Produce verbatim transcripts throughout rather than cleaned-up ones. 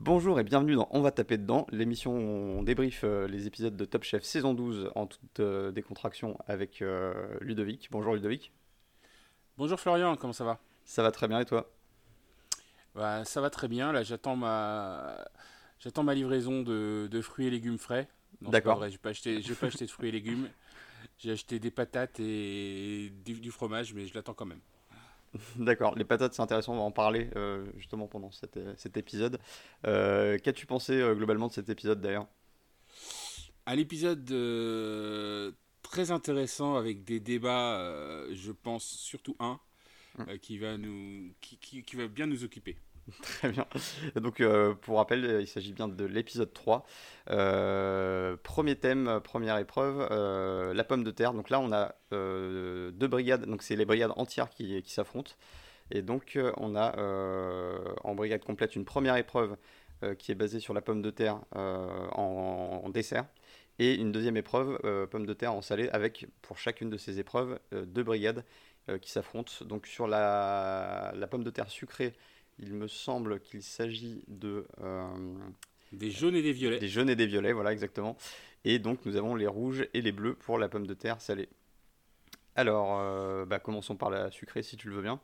Bonjour et bienvenue dans On va taper dedans, l'émission où on débriefe euh, les épisodes de Top Chef saison douze en toute euh, décontraction avec euh, Ludovic. Bonjour Ludovic. Bonjour Florian, comment ça va? Ça va très bien et toi? Bah, ça va très bien, là j'attends ma j'attends ma livraison de, de fruits et légumes frais. Non, c'est pas D'accord, vrai, j'ai pas acheté j'ai pas acheté de fruits et légumes. J'ai acheté des patates et du, du fromage, mais je l'attends quand même. d'accord. Les patates c'est intéressant, on va en parler euh, justement pendant cet, euh, cet épisode. Euh, qu'as-tu pensé euh, globalement de cet épisode d'ailleurs? Un épisode euh, très intéressant avec des débats, euh, je pense surtout un Hmm. euh, qui va nous qui, qui- qui va bien nous occuper. Très bien. Donc, euh, pour rappel, euh, il s'agit bien de l'épisode trois. Euh, premier thème, euh, première épreuve, euh, la pomme de terre. Donc là, on a euh, deux brigades. Donc, c'est les brigades entières qui, qui s'affrontent. Et donc, euh, on a euh, en brigade complète une première épreuve euh, qui est basée sur la pomme de terre euh, en, en dessert. Et une deuxième épreuve, euh, pomme de terre en salé, avec pour chacune de ces épreuves euh, deux brigades euh, qui s'affrontent. Donc sur la, la pomme de terre sucrée, il me semble qu'il s'agit de, euh, Des jaunes et des violets. des jaunes et des violets, voilà exactement. Et donc nous avons les rouges et les bleus pour la pomme de terre salée. Alors, euh, bah, commençons par la sucrée si tu le veux bien.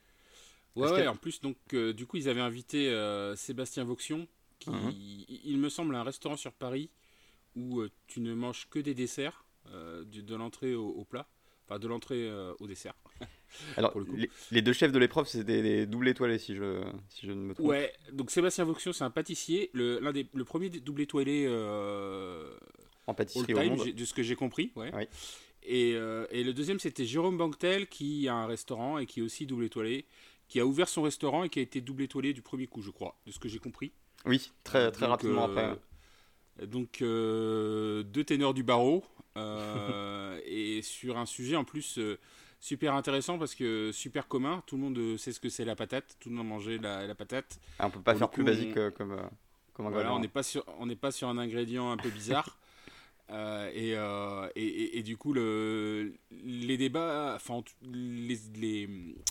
Ouais, Est-ce ouais, qu'elle... en plus, donc, euh, du coup, ils avaient invité euh, Sébastien Vauxion, Mhm. qui, il me semble, a un restaurant sur Paris où euh, tu ne manges que des desserts, euh, du- de l'entrée au, au plat. Enfin, de l'entrée euh, au dessert, Alors, pour le coup. les, les deux chefs de l'épreuve, c'est des, des doubles étoilés si je, si je ne me trompe. Ouais, donc Sébastien Vauxion, c'est un pâtissier, le, l'un des, le premier double étoilé euh, En all pâtisserie au time, monde. j'ai- de ce que j'ai compris. Ouais. Oui. Et, euh, et le deuxième, c'était Jérôme Banquetel, qui a un restaurant et qui est aussi double étoilé, qui a ouvert son restaurant et qui a été double étoilé du premier coup, je crois, de ce que j'ai compris. Oui, Euh, très, très donc, rapidement après. euh, donc euh, deux ténors du barreau, euh, et sur un sujet en plus euh, super intéressant parce que super commun, tout le monde euh, sait ce que c'est la patate, tout le monde mangeait la, la patate. Ah, on peut pas Pour le faire plus coup, basique on, euh, comme, euh, comme voilà, on ingrédient. n'est pas sur, on n'est pas sur un ingrédient un peu bizarre. Euh, et, euh, et, et- et du coup, le, les débats, enfin les, les,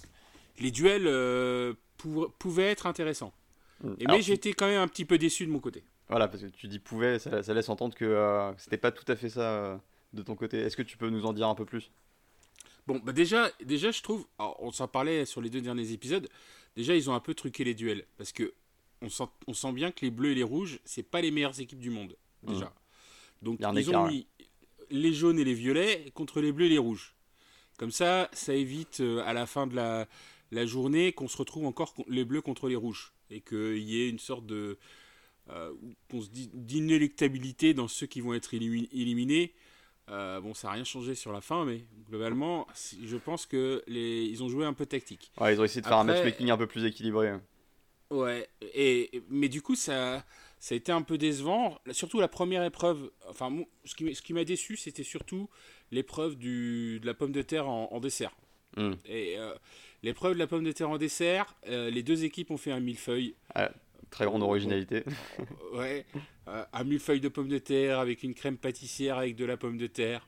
les duels euh, pou- pouvaient être intéressants. Mm. Et mais Alors, tu, j'étais quand même un petit peu déçu de mon côté. voilà, parce que tu dis pouvait, ça, ça laisse entendre que euh, c'était pas tout à fait ça euh, de ton côté. Est-ce que tu peux nous en dire un peu plus? Bon, bah déjà, déjà, je trouve, alors, on s'en parlait sur les deux derniers épisodes, déjà, ils ont un peu truqué les duels. Parce que on sent, on sent bien que les bleus et les rouges, c'est pas les meilleures équipes du monde, Mm. déjà. Donc, Il y a un ils ont écart, ouais. mis les jaunes et les violets contre les bleus et les rouges. Comme ça, ça évite euh, à la fin de la, la journée qu'on se retrouve encore con- les bleus contre les rouges. Et qu'il y ait une sorte de. Euh, qu'on se dit d'inéluctabilité dans ceux qui vont être élimi- éliminés. Euh, bon, ça n'a rien changé sur la fin, mais globalement, si- je pense que les, ils ont joué un peu tactique. Ouais, ils ont essayé de faire un Après, matchmaking un peu plus équilibré. ouais, et, mais du coup, ça, ça a été un peu décevant. Surtout la première épreuve, enfin, mo- ce qui, m'a- ce qui m'a déçu, c'était surtout l'épreuve du, de la pomme de terre en, en dessert. Mm. Et euh, l'épreuve de la pomme de terre en dessert, euh, les deux équipes ont fait un millefeuille. Ouais, très grande Euh, bon, originalité. euh, ouais, euh, un millefeuille de pommes de terre avec une crème pâtissière avec de la pomme de terre.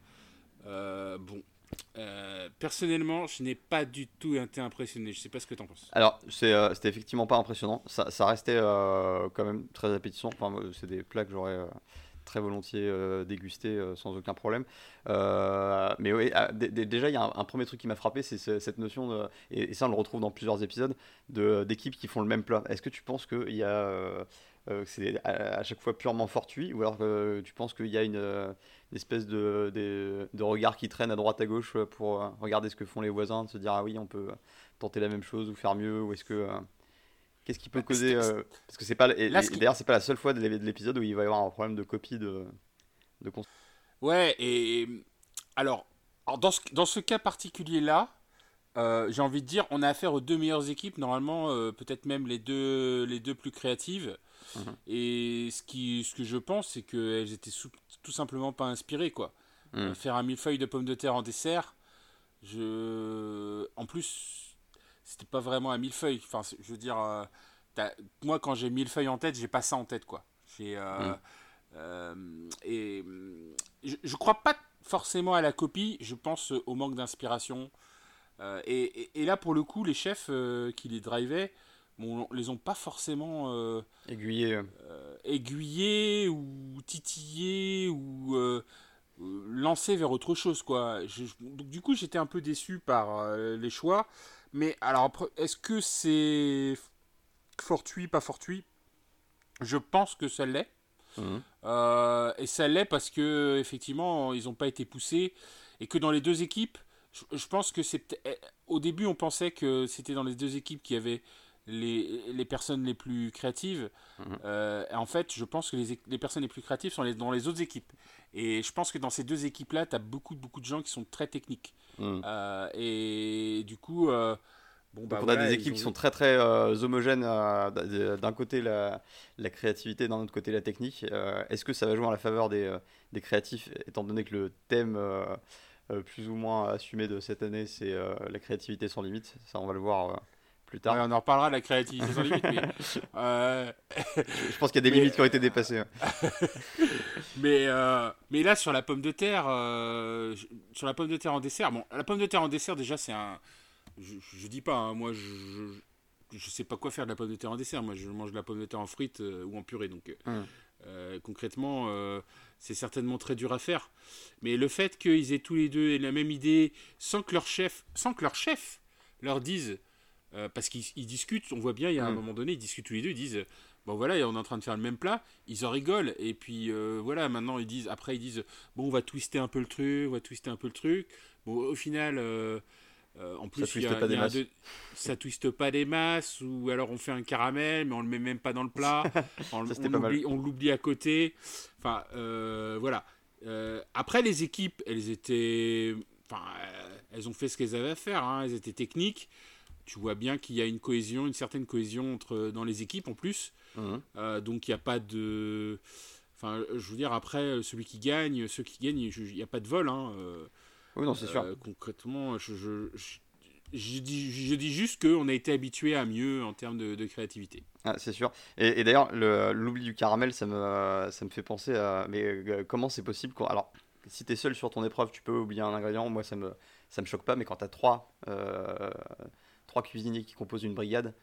Euh, bon, euh, personnellement, je n'ai pas du tout été impressionné. Je sais pas ce que t'en penses. Alors, c'est, euh, c'était effectivement pas impressionnant. Ça, ça restait euh, quand même très appétissant. Enfin, moi, c'est des plats que j'aurais euh, très volontiers euh, dégustés euh, sans aucun problème. Euh, mais oui, ah, dé- dé- déjà, il y a un, un premier truc qui m'a frappé, c'est ce- cette notion, de, et, et ça on le retrouve dans plusieurs épisodes, de, d'équipes qui font le même plat. Est-ce que tu penses qu'il y a, euh, euh, que c'est à, à chaque fois purement fortuit, ou alors que tu penses qu'il y a une, euh, une espèce de, de, de regard qui traîne à droite à gauche pour euh, regarder ce que font les voisins, de se dire ah oui, on peut tenter la même chose ou faire mieux, ou est-ce que euh, qu'est-ce qui peut Bah, causer c'était- euh, parce que c'est pas et, Là, ce et qui, d'ailleurs c'est pas la seule fois de l'é- de l'épisode où il va y avoir un problème de copie de de cons- ouais, et alors, alors dans ce, dans ce cas particulier-là, euh, j'ai envie de dire, on a affaire aux deux meilleures équipes, normalement, euh, peut-être même les deux, les deux plus créatives. Mhm. Et ce, qui, ce que je pense, c'est qu'elles étaient sou- tout simplement pas inspirées, quoi. Euh, Mhm. faire un millefeuille de pommes de terre en dessert, je... En plus, c'était pas vraiment un millefeuille. Enfin, c'est- je veux dire, euh, t'as- moi, quand j'ai millefeuille en tête, j'ai pas ça en tête, quoi. J'ai... euh, Mhm. euh, et je, je crois pas forcément à la copie, je pense au manque d'inspiration. Euh, et, et- et là, pour le coup, les chefs euh, qui les drivaient bon, les ont pas forcément euh, Aiguillé. euh, aiguillés ou titillés ou euh, euh, lancés vers autre chose, quoi. Je- donc, du coup, j'étais un peu déçu par euh, les choix. Mais alors, après, est-ce que c'est fortuit, pas fortuit? Je pense que ça l'est. Mhm. Euh, et ça l'est parce que effectivement, ils n'ont pas été poussés et que dans les deux équipes, je, je pense que c'est peut- eh, au début on pensait que c'était dans les deux équipes qui avaient les, les personnes les plus créatives. Mhm. Euh, et en fait, je pense que les, é- les personnes les plus créatives sont les- dans les autres équipes. Et je pense que dans ces deux équipes-là, tu as beaucoup, beaucoup de gens qui sont très techniques. Mhm. Euh, et du coup, euh, bon bah Donc on a voilà, des ils équipes qui ont. sont très très euh, homogènes, euh, d- d'un côté la, la créativité, d'un autre côté la technique. Euh, est-ce que ça va jouer en la faveur des, euh, des créatifs, étant donné que le thème euh, euh, plus ou moins assumé de cette année, c'est euh, la créativité sans limite? Ça, on va le voir euh, plus Ouais, tard. on en reparlera de la créativité sans limite, mais euh, Je, je pense qu'il y a des mais limites qui ont été dépassées. Ouais. Mais, euh, mais là, sur la pomme de terre, euh, sur la pomme de terre en dessert, bon, la pomme de terre en dessert, déjà, c'est un. Je, je dis pas, hein, moi, je, je, je sais pas quoi faire de la pomme de terre en dessert. Moi, je mange de la pomme de terre en frites euh, ou en purée. Donc, Mhm. euh, concrètement, euh, c'est certainement très dur à faire. Mais le fait qu'ils aient tous les deux la même idée, sans que leur chef, sans que leur chef leur dise, euh, parce qu'ils ils discutent, on voit bien, il y a un Mhm. moment donné, ils discutent tous les deux, ils disent, bon voilà, on est en train de faire le même plat, ils en rigolent, et puis euh, voilà, maintenant ils disent, après ils disent, bon on va twister un peu le truc, on va twister un peu le truc. Bon, au final, euh, euh, en Ça plus, il y twiste a, pas il y des a un masses. de... ça twiste pas des masses, ou alors on fait un caramel, mais on le met même pas dans le plat, on, Ça c'était on pas mal. l'oublie, on l'oublie à côté. Enfin, euh, voilà. Euh, après, les équipes, elles étaient. Enfin, euh, elles ont fait ce qu'elles avaient à faire, hein, elles étaient techniques. Tu vois bien qu'il y a une cohésion, une certaine cohésion entre, dans les équipes en plus. Mhm. Euh, donc il n'y a pas de. Enfin, je veux dire, après, celui qui gagne, ceux qui gagnent, il n'y a pas de vol. Hein. Euh, Oui, non, c'est sûr. euh, concrètement, je, je, je, je dis, je dis juste qu'on a été habitué à mieux en termes de, de créativité. Ah, c'est sûr. Et, et d'ailleurs, le- l'oubli du caramel, ça me, ça me fait penser à. Mais euh, comment c'est possible quand... Alors, si t'es seul sur ton épreuve, tu peux oublier un ingrédient. Moi, ça me, ça me choque pas. Mais quand t'as trois, euh, trois cuisiniers qui composent une brigade,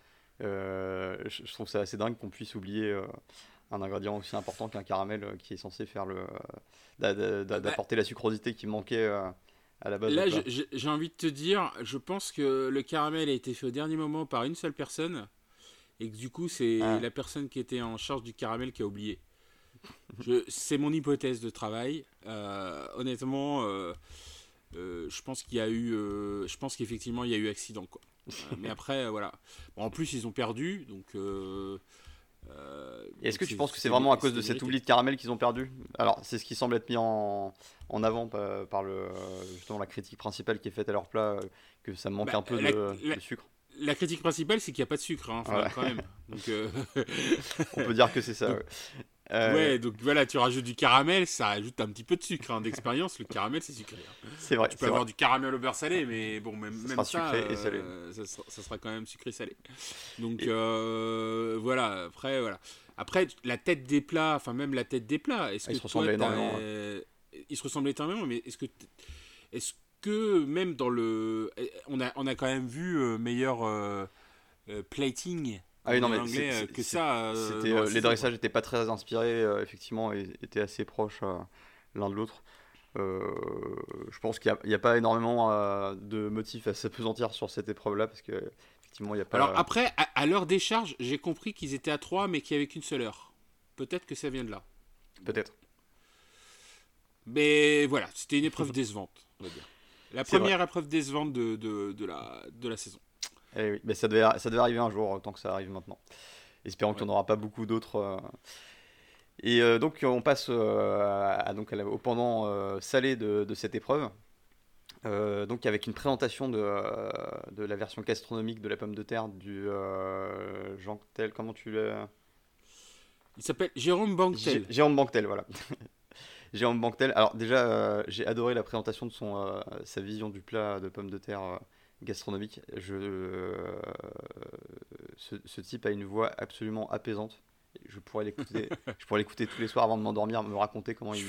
euh, je, je trouve ça assez dingue qu'on puisse oublier euh, un ingrédient aussi important qu'un caramel euh, qui est censé faire le, d'a- d'a- d'a- Bah, d'apporter la sucrosité qui manquait euh, à la base au là, je- plat. je- j'ai envie de te dire, je pense que le caramel a été fait au dernier moment par une seule personne et que du coup, c'est Ah, la personne qui était en charge du caramel qui a oublié. Je, c'est mon hypothèse de travail. Euh, honnêtement, euh, euh, je pense qu'il y a eu, euh, je pense qu'effectivement, il y a eu accident, quoi. Euh, mais après, euh, voilà. Bon, en plus, ils ont perdu, donc. Euh, euh, et est-ce donc que tu c'est- penses que c'est c'était, vraiment à cause de c'était cet mérité. oubli de caramel qu'ils ont perdu? Alors, c'est ce qui semble être mis en, en avant par, par le, justement la critique principale qui est faite à leur plat, euh, que ça manque Bah, un peu la, de, la- de sucre. la critique principale, c'est qu'il n'y a pas de sucre, hein, enfin, Voilà. quand même. Donc, euh, On peut dire que c'est ça. donc Ouais. Euh, ouais, donc voilà, tu rajoutes du caramel, ça rajoute un petit peu de sucre, hein, d'expérience. Le caramel, c'est sucré, hein. c'est Bon, vrai, tu peux c'est vrai. avoir du caramel au beurre salé, mais bon, même, Ça même sera ça, sucré et salé. euh, ça, sera, ça sera quand même sucré-salé. Donc Et, euh, voilà, après, voilà. Après, la tête des plats, enfin même la tête des plats, est-ce ah, ils que se toi, ressemblaient t'as, énormément. Ouais. euh, ils se ressemblent énormément, mais est-ce que, t- est-ce que même dans le, on a, on a quand même vu euh, meilleur euh, euh, plating, Ah comme oui, on non, dit en mais c'est- anglais, euh, c'est- que c'est- ça euh, c'était dans la euh, les saison, quoi. dressages n'étaient pas très inspirés, euh, effectivement, et étaient assez proches euh, l'un de l'autre. Euh, je pense qu'il n'y a, il y a pas énormément euh, de motifs à s'apesantir sur cette épreuve-là, parce que effectivement, il n'y a Alors pas. après, à, à l'heure des charges, j'ai compris qu'ils étaient à trois, mais qu'il n'y avait qu'une seule heure. Peut-être que ça vient de là. Bon. Peut-être. Mais voilà, c'était une épreuve décevante, on va dire. La C'est vrai. première épreuve décevante de, de, de, la, de la saison. Eh oui, mais ça devait, ça devait arriver un jour, autant que ça arrive maintenant. Espérons qu'il Ouais. n'y en aura pas beaucoup d'autres. euh. Et euh, donc on passe euh, à, à- donc à la- au pendant euh, salé de, de cette épreuve. Euh, donc avec une présentation de, euh, de la version gastronomique de la pomme de terre du euh, Jean Tel, comment tu l'as... Il s'appelle Jérôme Gé- Banctel. Jérôme Banquetel, voilà. Jérôme Banquetel. Alors déjà, euh, j'ai adoré la présentation de son, euh, sa vision du plat de pommes de terre euh, gastronomique. Je, euh, ce, ce type a une voix absolument apaisante. Je pourrais l'écouter, je pourrais l'écouter tous les soirs avant de m'endormir, me raconter comment Je il, suis,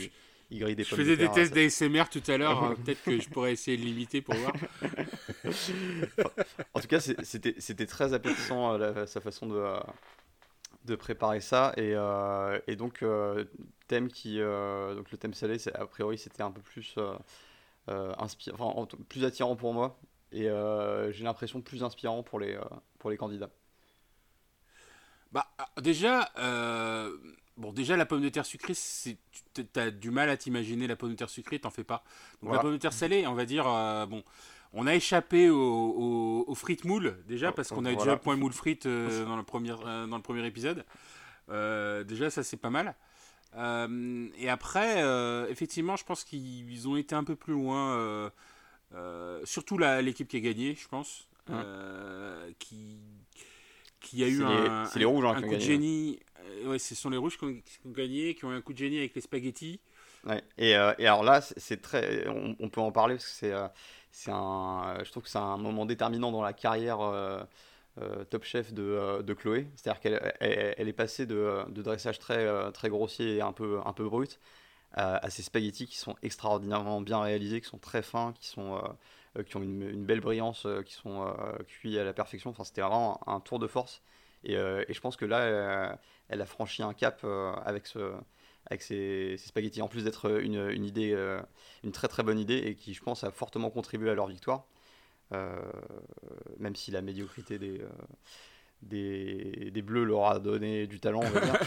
il grille des Je pommes de faisais terre. des tests ça- d'A S M R tout à l'heure. hein, Peut-être que je pourrais essayer de l'imiter pour voir. En tout cas, c'est- c'était c'était très appétissant, euh, la- sa façon de, euh, de préparer ça. Et, euh, et donc, euh, thème qui, euh, donc le thème salé, c'est- a priori, c'était un peu plus, euh, euh, inspi- enfin, en tout- plus attirant pour moi. Et euh, j'ai l'impression plus inspirant pour les, euh, pour les candidats. Bah, ah, déjà, euh, bon, déjà, la pomme de terre sucrée, c'est, tu as du mal à t'imaginer la pomme de terre sucrée, t'en fais pas. Donc, la Voilà. pomme de terre salée, on va dire, euh, bon, on a échappé au- au- aux frites moules, déjà, Oh, parce qu'on a déjà voilà. point moule frites euh, dans, le premier, euh, dans le premier épisode. Euh, déjà, ça, c'est pas mal. Euh, et après, euh, effectivement, je pense qu'ils ont été un peu plus loin. euh, euh, surtout la- l'équipe qui a gagné, je pense. Hum. euh, qui, qui a eu C'est les, un, c'est les un, rouges, hein, un qui ont coup de gagné. Hein. génie. Euh, ouais, ce sont les rouges qui ont, qui ont gagné, qui ont eu un coup de génie avec les spaghettis. Ouais. Et, euh, et alors là, c'est c'est très, on, on peut en parler parce que c'est, euh, c'est un, je trouve que c'est un moment déterminant dans la carrière euh, euh, Top Chef de, euh, de Chloé. C'est-à-dire qu'elle elle, elle est passée de, de dressage très, euh, très grossier et un peu, un peu brut à, à ces spaghettis qui sont extraordinairement bien réalisés, qui sont très fins, qui sont, euh, euh, qui ont une, une belle brillance, euh, qui sont euh, cuits à la perfection. Enfin, c'était vraiment un, un tour de force. Et, euh, et je pense que là, euh, elle a franchi un cap euh, avec ce, avec ces, ces spaghettis, en plus d'être une, une idée, euh, une très très bonne idée et qui, je pense, a fortement contribué à leur victoire, euh, même si la médiocrité des, euh, des, des Bleus leur a donné du talent, on va dire.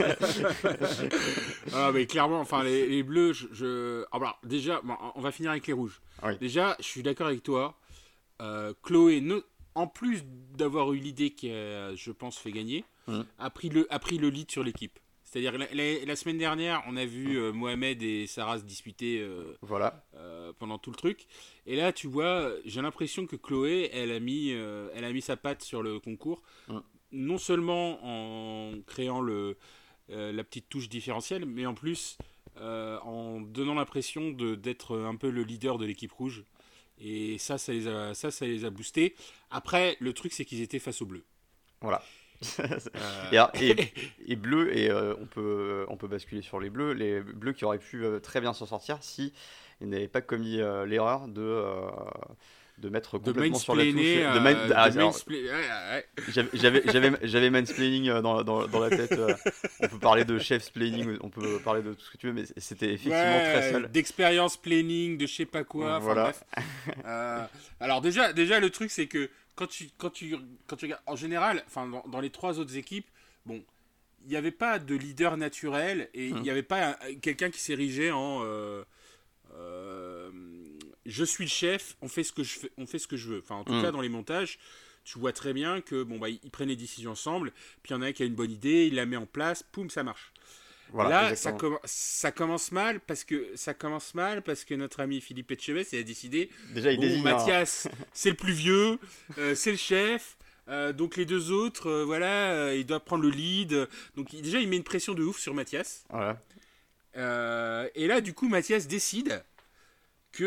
Ah, mais clairement, enfin, les, les bleus, je. je... Ah, bah, déjà, bon, on va finir avec les rouges. Oui, Déjà, je suis d'accord avec toi. Euh, Chloé, ne- en plus d'avoir eu l'idée qui a, je pense, fait gagner, Mhm. a pris le, a pris le lead sur l'équipe. C'est-à-dire, la, la- la semaine dernière, on a vu Mhm. euh, Mohamed et Sarah se disputer euh, Voilà, euh, pendant tout le truc. Et là, tu vois, j'ai l'impression que Chloé, elle a mis, euh, elle a mis sa patte sur le concours. Mhm. Non seulement en créant le, euh, la petite touche différentielle, mais en plus euh, en donnant l'impression de, d'être un peu le leader de l'équipe rouge. Et ça, ça les a, ça, ça les a boostés. Après, le truc, c'est qu'ils étaient face aux bleus. voilà. Euh, Et, alors, et, et bleu, et euh, on, peut, on peut basculer sur les bleus, les bleus qui auraient pu euh, très bien s'en sortir si ils n'avaient pas commis euh, l'erreur de, euh, de mettre de complètement sur la touche. mansplainer. De main- Euh, ah, de alors, mansplainer ouais, ouais. j'avais, j'avais, j'avais j'avais mansplaining euh, dans, dans, dans la tête. euh, on peut parler de chef's planning, on peut parler de tout ce que tu veux, mais c'était effectivement très Ouais, sale. d'expérience planning, de je sais pas quoi. Enfin Voilà. bref. Euh, alors déjà, déjà le truc c'est que quand tu, quand tu, quand tu regardes, en général, enfin dans, dans les trois autres équipes, bon, il n'y avait pas de leader naturel et il Hmm. n'y avait pas un- quelqu'un qui s'érigeait en euh, euh, je suis le chef, on fait ce que je fais, on fait ce que je veux. Enfin en tout Hmm. cas dans les montages, tu vois très bien que bon bah ils prennent les décisions ensemble, puis il y en a un qui a une bonne idée, il la met en place, poum ça marche. Voilà, Là, ça, exactement. comm- ça commence mal parce que ça commence mal parce que notre ami Philippe Etchebest il a décidé Déjà, il bon désigne un- Mathias c'est le plus vieux, euh, c'est le chef, euh, donc les deux autres euh, voilà euh, il doit prendre le lead. Donc il- déjà il met une pression de ouf sur Mathias. Voilà. Euh, et là du coup Mathias décide que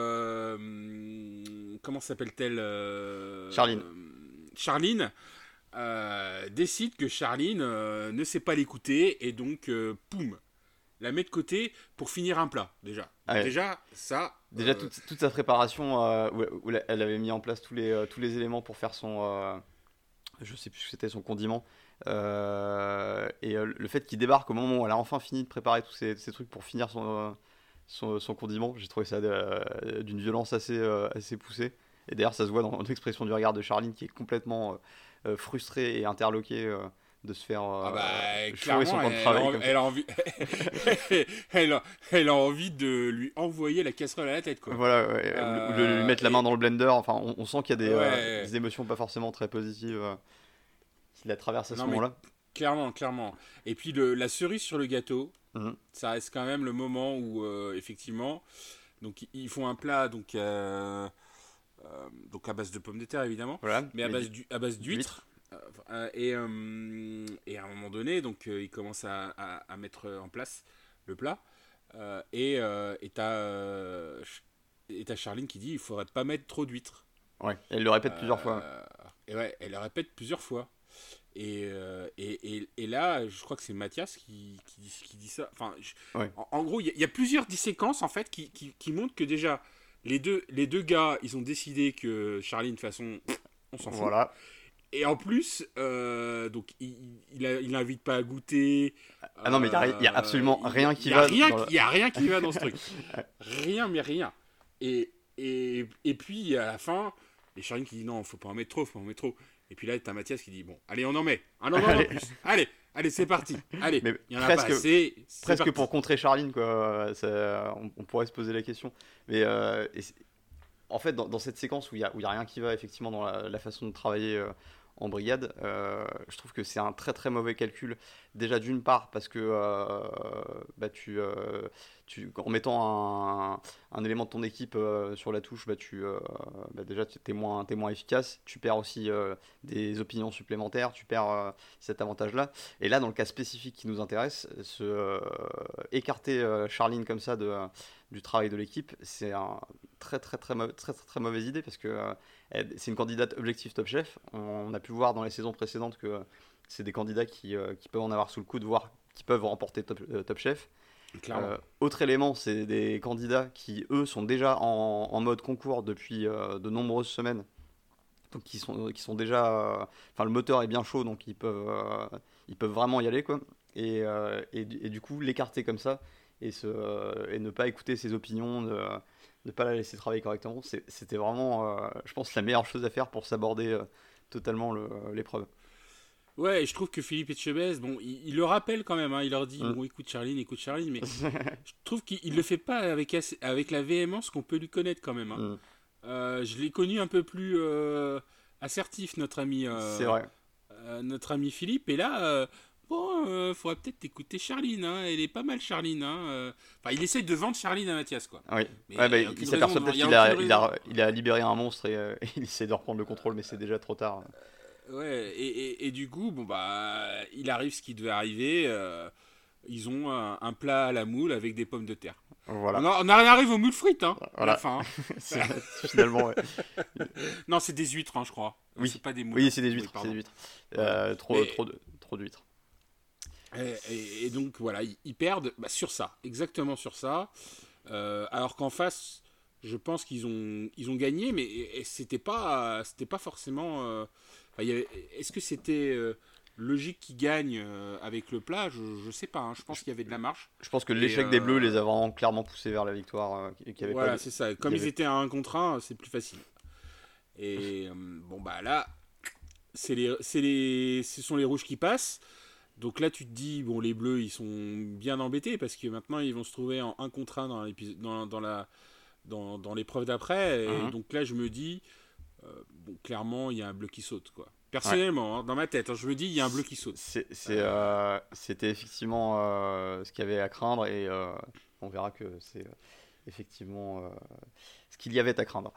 euh, comment s'appelle-t-elle euh, Charline. Charline euh, décide que Charline euh, ne sait pas l'écouter et donc euh, poum la met de côté pour finir un plat déjà. Donc, Ah ouais. déjà ça Déjà, euh, toute, toute sa préparation, euh, où, où elle avait mis en place tous les, euh, tous les éléments pour faire son. Euh, je sais plus ce que c'était, son condiment. Euh, et euh, le fait qu'il débarque au moment où elle a enfin fini de préparer tous ces, ces trucs pour finir son, euh, son, son condiment, j'ai trouvé ça de- d'une violence assez, euh, assez poussée. Et d'ailleurs, ça se voit dans l'expression du regard de Charline qui est complètement euh, euh, frustrée et interloquée euh, de se faire ah euh, bah chourer son clairement temps de elle, travail. a, Comme ça. elle a envie elle, a, elle a envie de lui envoyer la casserole à la tête quoi. Voilà, ouais, ou, le- ou de lui Euh, mettre la et- main dans le blender. Enfin, on, on sent qu'il y a des, euh, ouais des émotions pas forcément très positives euh, qui la traversent à ce non mais moment-là. clairement clairement et puis le, la cerise sur le gâteau Mhm. ça reste quand même le moment où euh, effectivement donc ils font un plat donc euh, euh, donc à base de pommes de terre évidemment Voilà. mais à Mais base du- du, à base d'huîtres. Euh, euh, et, euh, et à un moment donné donc euh, ils commencent à, à, à mettre en place le plat euh, et euh, et t'as euh, Ch- et t'as Charline qui dit il faudrait pas mettre trop d'huîtres. ouais, elle le répète plusieurs fois. Euh, et ouais elle le répète plusieurs fois Et, euh, et, et, et là, je crois que c'est Mathias qui, qui, dit, qui dit ça. Enfin, je, Ouais. en, en gros, il y, y a plusieurs séquences en fait qui, qui, qui montrent que déjà les deux, les deux gars, ils ont décidé que Charlie, de toute façon, on s'en fout. Voilà. Et en plus, euh, donc il, il, a, il invite pas à goûter. Ah non, mais il n'y a, a absolument euh, rien qui y a va. Rien, dans il y a rien qui va dans ce truc. Rien, mais rien. Et, et, et puis à la fin, et Charline qui dit non, faut pas en mettre trop, faut pas en mettre trop. Et puis là, t'as Mathias qui dit bon, allez, on en met. Un en en plus. Allez, allez, c'est parti. Allez, il y en a presque, pas assez. Presque parti. pour contrer Charline, quoi. Ça, on, on pourrait se poser la question. Mais euh, et en fait, dans, dans cette séquence où il n'y a, a rien qui va, effectivement, dans la, la façon de travailler euh, en brigade, euh, je trouve que c'est un très très mauvais calcul. Déjà, d'une part, parce que euh, bah, tu, euh, tu, en mettant un, un élément de ton équipe euh, sur la touche, bah, tu, euh, bah, déjà, tu es moins, t'es moins efficace. Tu perds aussi euh, des opinions supplémentaires, tu perds euh, cet avantage-là. Et là, dans le cas spécifique qui nous intéresse, se, euh, écarter euh, Charline comme ça de, euh, du travail de l'équipe, c'est un très très très, très, très, très, très mauvaise idée parce que euh, c'est une candidate objectif Top Chef. On, on a pu voir dans les saisons précédentes que c'est des candidats qui, euh, qui peuvent en avoir sous le coude, voire qui peuvent remporter Top, euh, top Chef. Euh, autre élément, c'est des candidats qui, eux, sont déjà en, en mode concours depuis euh, de nombreuses semaines. Donc, qui sont, qui sont déjà... Enfin, euh, le moteur est bien chaud, donc ils peuvent, euh, ils peuvent vraiment y aller, quoi. Et, euh, et, et du coup, l'écarter comme ça et, se, euh, et ne pas écouter ses opinions, ne, ne pas la laisser travailler correctement, c'est, c'était vraiment, euh, je pense, la meilleure chose à faire pour s'aborder euh, totalement le, l'épreuve. Ouais, et je trouve que Philippe Etchebest, bon, il, il le rappelle quand même, hein, il leur dit, mm. bon, écoute Charline, écoute Charline, mais je trouve qu'il le fait pas avec, assez, avec la véhémence qu'on peut lui connaître quand même. Hein. Mm. Euh, je l'ai connu un peu plus euh, assertif, notre ami, euh, c'est vrai. Euh, notre ami Philippe, et là, euh, bon, euh, faudrait peut-être écouter Charline, hein, elle est pas mal Charline. Hein, enfin, il essaye de vendre Charline à Mathias, quoi. Oui, ouais, bah, il s'aperçoit peut-être qu'il a, il a, il a libéré un monstre et euh, il essaie de reprendre le contrôle, mais c'est déjà trop tard. Ouais, et, et, et du coup, bon bah, il arrive ce qui devait arriver. Euh, ils ont un, un plat à la moule avec des pommes de terre. Voilà. On, a, on arrive aux moules frites, hein, voilà. à la fin. Hein. c'est, finalement, ouais. Non, c'est des huîtres, hein, je crois. Oui, c'est pas des moules. Oui, c'est des huîtres. Oui, c'est des huîtres. Euh, trop, Mais... trop, de, trop d'huîtres. Et, et, et donc voilà, ils, ils perdent bah, sur ça, exactement sur ça. Euh, alors qu'en face, je pense qu'ils ont, ils ont gagné, mais et, et c'était pas, c'était pas forcément. Euh, y avait, est-ce que c'était euh, logique qu'ils gagnent euh, avec le plat? Je, je sais pas. Hein, je pense qu'il y avait de la marche. Je pense que l'échec euh, des Bleus les a vraiment clairement poussés vers la victoire. Euh, qui avait voilà, pas... c'est ça. Comme ils avait... étaient à un contre un, c'est plus facile. Et euh, bon bah là, c'est les, c'est les, ce sont les rouges qui passent. Donc là, tu te dis, bon, les Bleus, ils sont bien embêtés parce que maintenant, ils vont se trouver en un contre un dans, l'épisode, dans, dans, la, dans, dans l'épreuve d'après. Et uh-huh. donc là, je me dis, euh, bon, clairement, il y a un bleu qui saute, quoi. Personnellement, ouais. hein, dans ma tête, hein, je me dis, il y a un bleu qui saute. C'est, c'est, euh, c'était effectivement euh, ce qu'il y avait à craindre et euh, on verra que c'est euh, effectivement euh, ce qu'il y avait à craindre.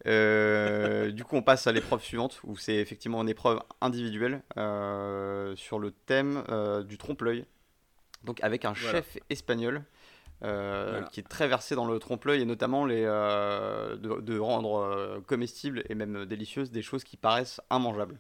Euh, du coup, on passe à l'épreuve suivante où c'est effectivement une épreuve individuelle euh, sur le thème euh, du trompe-l'œil. Donc avec un voilà. chef espagnol euh, voilà. qui est très versé dans le trompe-l'œil et notamment les, euh, de, de rendre euh, comestibles et même délicieuses des choses qui paraissent immangeables.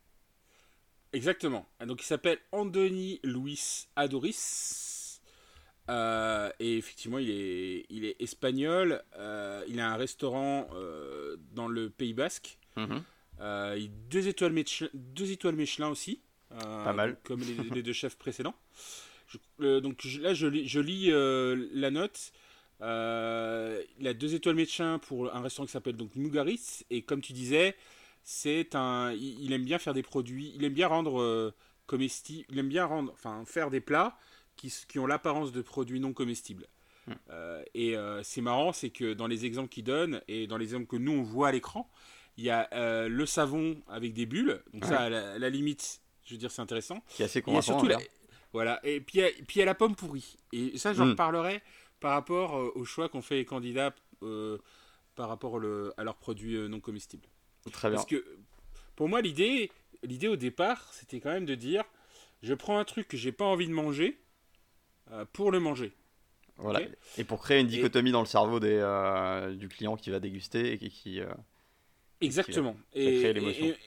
Exactement. Donc il s'appelle Andoni Luis Adoris. Euh, et effectivement, il est, il est espagnol. Euh, il a un restaurant euh, dans le Pays Basque. Mm-hmm. Euh, il a deux étoiles Michelin, deux étoiles Michelin aussi. Euh, Pas mal. Donc, comme les, les deux chefs précédents. Je, euh, donc je, là, je lis, je lis euh, la note. Euh, il a deux étoiles Michelin pour un restaurant qui s'appelle donc Mugaritz. Et comme tu disais, c'est un, il, il aime bien faire des produits. Il aime bien rendre euh, comestibles. Il aime bien rendre, enfin, faire des plats Qui, qui ont l'apparence de produits non comestibles. Mmh. Euh, et euh, c'est marrant, c'est que dans les exemples qu'il donne, et dans les exemples que nous on voit à l'écran, il y a euh, le savon avec des bulles, donc ouais. ça à la, à la limite, je veux dire c'est intéressant. Qui est assez convaincant. La, voilà, et puis il y, a, puis il y a la pomme pourrie. Et ça j'en mmh. reparlerai par rapport euh, au choix qu'ont fait les candidats euh, par rapport le, à leurs produits euh, non comestibles. Très bien. Parce que pour moi l'idée, l'idée au départ, c'était quand même de dire, je prends un truc que j'ai pas envie de manger, Euh, pour le manger. Voilà. Okay. Et pour créer une dichotomie et... dans le cerveau des, euh, du client qui va déguster et qui... qui euh, Exactement. Et, qui va, qui va et, créer l'émotion. Et,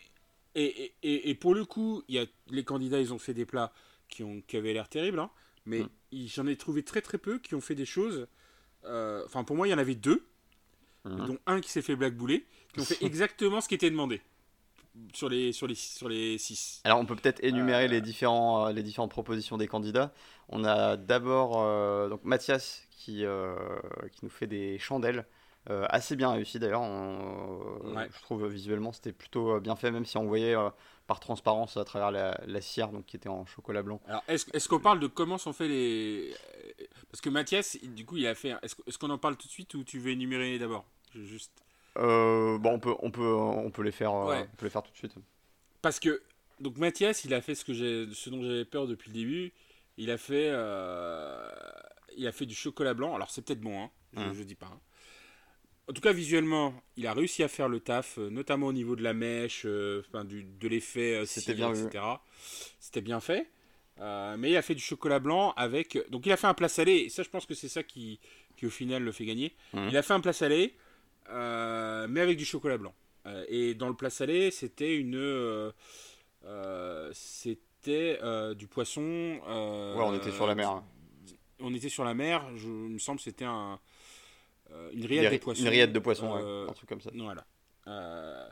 et, et, et pour le coup, il y a, les candidats, ils ont fait des plats qui, ont, qui avaient l'air terribles, hein, mais Mm. il- j'en ai trouvé très très peu qui ont fait des choses. euh, Enfin, pour moi, il y en avait deux, Mhm. dont un qui s'est fait blackbouler, qui ont fait exactement ce qui était demandé sur les, sur les, sur les six. Alors, on peut peut-être énumérer Euh, les, différents, euh, les différentes propositions des candidats. On a d'abord euh, donc Mathias qui, euh, qui nous fait des chandelles. Euh, assez bien réussi d'ailleurs. On- ouais. je trouve visuellement c'était plutôt euh, bien fait, même si on voyait euh, par transparence à travers la, la cire donc, qui était en chocolat blanc. Alors, est-ce est-ce qu'on parle de comment sont faits les. Parce que Mathias, il- du coup, il a fait. Est-ce est-ce qu'on en parle tout de suite ou tu veux énumérer d'abord? Je- Juste. Euh, bon, on peut, on peut, on peut les faire, euh, Ouais. on peut les faire tout de suite. Parce que. Donc, Mathias, il a fait ce, que j'ai, ce dont j'avais peur depuis le début. Il a fait. euh, Il a fait du chocolat blanc. Alors, c'est peut-être bon, hein. Je, Hum. je dis pas, hein. En tout cas, visuellement, il a réussi à faire le taf, euh, notamment au niveau de la mèche, euh, enfin, du, de l'effet euh, C'était cire, bien vu. et cetera. C'était bien fait. Euh, mais il a fait du chocolat blanc avec. Donc, il a fait un plat salé. Et ça, je pense que c'est ça qui, qui au final, le fait gagner. Mhm. Il a fait un plat salé, euh, mais avec du chocolat blanc. Euh, et dans le plat salé, c'était une. euh, euh, c'était euh, du poisson. euh, Ouais, on était sur la mer. On était sur la mer. Je, il me semble que c'était un, euh, une Une, rillette de ri- poisson. une rillette de poisson, Euh, ouais, un truc comme ça. voilà. Euh,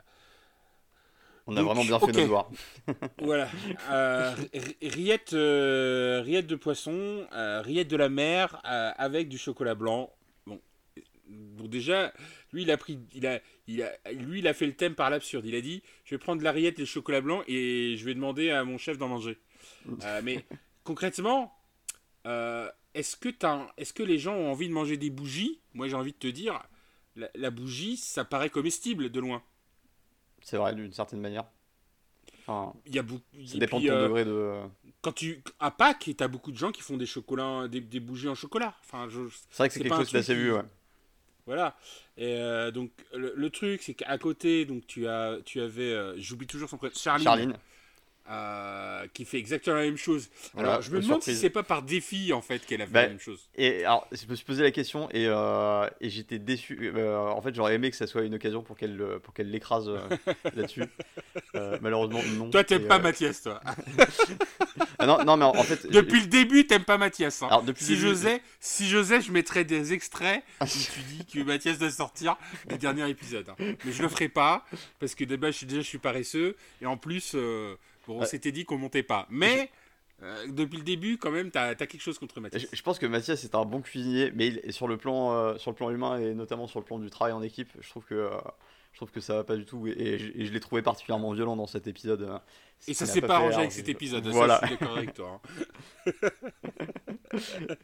On a donc, vraiment bien fait ok. nos devoirs. Voilà. Euh, ri- rillette, euh, rillette de poisson, euh, rillette de la mer euh, avec du chocolat blanc. Bon. Donc déjà, lui il a pris, il a, il a, lui il a fait le thème par l'absurde. Il a dit, je vais prendre la rillette et le chocolat blanc et je vais demander à mon chef d'en manger. Euh, mais concrètement, euh, est-ce que t'as, est-ce que les gens ont envie de manger des bougies? Moi j'ai envie de te dire, la, la bougie, ça paraît comestible de loin. C'est vrai, d'une certaine manière. Enfin, Il y a beaucoup. ça Et dépend de puis, ton euh, degré de. quand tu à Pâques, t'as beaucoup de gens qui font des chocolats, des, des bougies en chocolat. Enfin, je, C'est vrai que c'est c'est quelque pas un chose d'assez truc vu, qui- ouais. voilà. Et euh, donc le, le truc, c'est qu'à côté, donc tu as, tu avais, euh, j'oublie toujours son prénom, Charline, Charline, euh, qui fait exactement la même chose. voilà, Alors je me euh, demande si surprise. c'est pas par défi en fait qu'elle a fait Bah, la même chose. Et alors, je me suis posé la question et, euh, et j'étais déçu. Euh, en fait, j'aurais aimé que ça soit une occasion pour qu'elle euh, pour qu'elle l'écrase euh, là-dessus. Euh, malheureusement, non. Toi, t'aimes Et, pas euh, Mathias, toi. ah non, non, mais en, en fait, j'ai- Depuis le début, t'aimes pas Mathias. Hein. alors depuis Si le début, j'osais, si j'osais, je mettrais des extraits où tu dis que Mathias doit sortir du dernier épisode. Hein. Mais je le ferai pas parce que déjà, je suis déjà, je suis paresseux et en plus, euh, bon, on Ouais. s'était dit qu'on montait pas. Mais euh, depuis le début, quand même, t'as as quelque chose contre Mathias. je, je pense que Mathias est un bon cuisinier, mais il- sur le plan euh, sur le plan humain et notamment sur le plan du travail en équipe, je trouve que euh, je trouve que ça va pas du tout et, et je, et je l'ai trouvé particulièrement violent dans cet épisode. euh, ce Et ça qu'il n'a s'est pas fait, arrangé alors avec je- cet épisode. Ça, Voilà. je suis d'accord avec toi. Hein.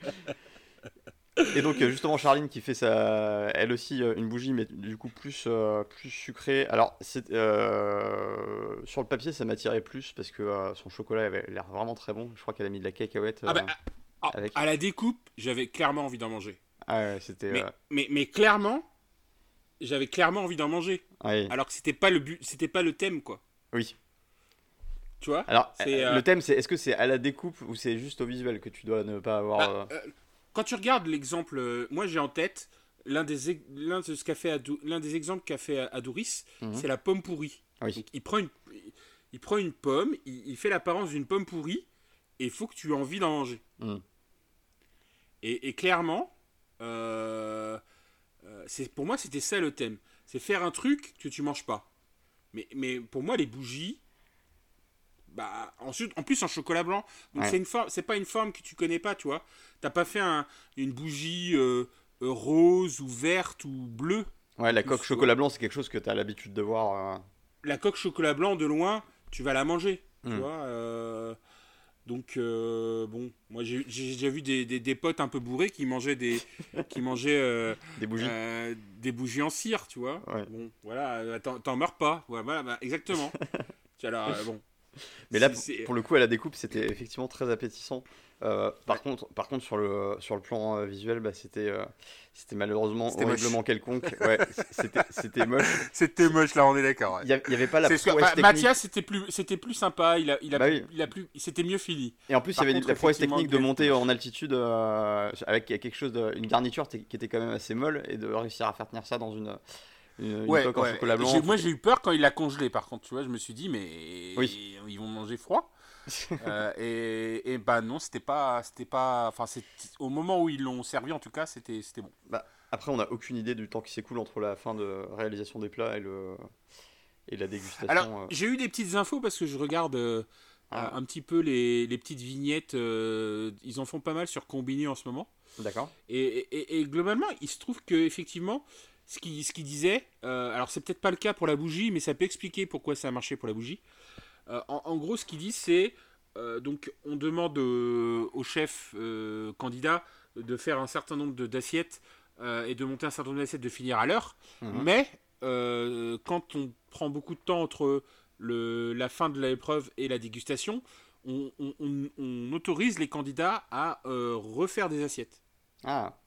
Et donc euh, justement Charline qui fait sa, elle aussi euh, une bougie mais du coup plus euh, plus sucrée. Alors c'est euh, sur le papier ça m'attirait plus parce que euh, son chocolat avait l'air vraiment très bon. Je crois qu'elle a mis de la cacahuète euh, Ah bah, ah, avec. à la découpe, j'avais clairement envie d'en manger. Ah ouais, c'était. Mais, euh, mais, mais clairement, j'avais clairement envie d'en manger. ouais. Alors que c'était pas le but, c'était pas le thème, quoi. Oui. Tu vois? Alors C'est, euh, euh, le thème c'est est-ce que c'est à la découpe ou c'est juste au visuel que tu dois ne pas avoir. bah, euh, euh, quand tu regardes l'exemple, euh, moi j'ai en tête l'un des, ex- l'un de ce qu'a fait Adou- l'un des exemples qu'a fait Adoris, Mhm. c'est la pomme pourrie. Oui. Donc, il prend une, il prend une pomme, il, il fait l'apparence d'une pomme pourrie, et il faut que tu aies envie d'en manger. Mhm. Et, et clairement, euh, euh, c'est, pour moi c'était ça le thème. C'est faire un truc que tu manges pas. Mais, mais pour moi les bougies, bah, ensuite, en plus en chocolat blanc, donc Ouais. c'est une forme, c'est pas une forme que tu connais pas, tu vois. T'as pas fait un- une bougie euh, euh, rose ou verte ou bleue. Ouais, la plus, coque tu chocolat blanc c'est quelque chose que tu as l'habitude de voir. euh, La coque chocolat blanc de loin, tu vas la manger, tu Mm. vois. euh, donc euh, bon, moi j'ai j'ai déjà vu des, des, des potes un peu bourrés qui mangeaient des qui mangeaient euh, Des bougies. euh, des bougies en cire, tu vois. Ouais. Bon, voilà, euh, t'en, t'en meurs pas. Voilà, voilà, bah, exactement. Tu vois, alors euh, bon. Mais là, C'est- c'est- pour le coup, à la découpe, c'était effectivement très appétissant. Euh, par, Ouais. contre, par contre, sur le, sur le plan euh, visuel, bah, c'était euh, c'était malheureusement C'était horriblement moche. quelconque. Ouais, c'était c'était moche. C'était moche là, on est d'accord. Il n'y avait pas la C'est ce que- prouesse enfin, technique. Mathias, c'était plus, c'était plus sympa. Il a, il a, Bah plus- oui. il a plus, c'était mieux fini. Et en plus, il y Par avait contre, la prouesse effectivement, technique de le monter gars- en altitude euh, avec quelque chose, de, une garniture t- qui était quand même assez molle et de réussir à faire tenir ça dans une, une, une Ouais, coque ouais. en chocolat blanc. J'ai- moi j'ai eu peur quand il l'a congelé par contre, tu vois, je me suis dit mais Oui. ils vont manger froid. Euh, et, et bah non, c'était pas, c'était pas, enfin c'est au moment où ils l'ont servi en tout cas, c'était, c'était bon. Bah, après, on n'a aucune idée du temps qui s'écoule entre la fin de réalisation des plats et, le, et la Alors dégustation. euh. j'ai eu des petites infos parce que je regarde euh, Ah, un petit peu les, les petites vignettes, euh, ils en font pas mal sur Combini en ce moment. d'accord. Et, et- et globalement, il se trouve que effectivement, ce qu'il ce qu'il disait, euh, alors c'est peut-être pas le cas pour la bougie, mais ça peut expliquer pourquoi ça a marché pour la bougie. Euh, en, en gros, ce qu'il dit, c'est euh, donc on demande euh, au chef euh, candidat de faire un certain nombre de- d'assiettes euh, et de monter un certain nombre d'assiettes de finir à l'heure, Mhm. mais euh, quand on prend beaucoup de temps entre le, la fin de l'épreuve et la dégustation, on, on- on- on autorise les candidats à euh, refaire des assiettes. Ah,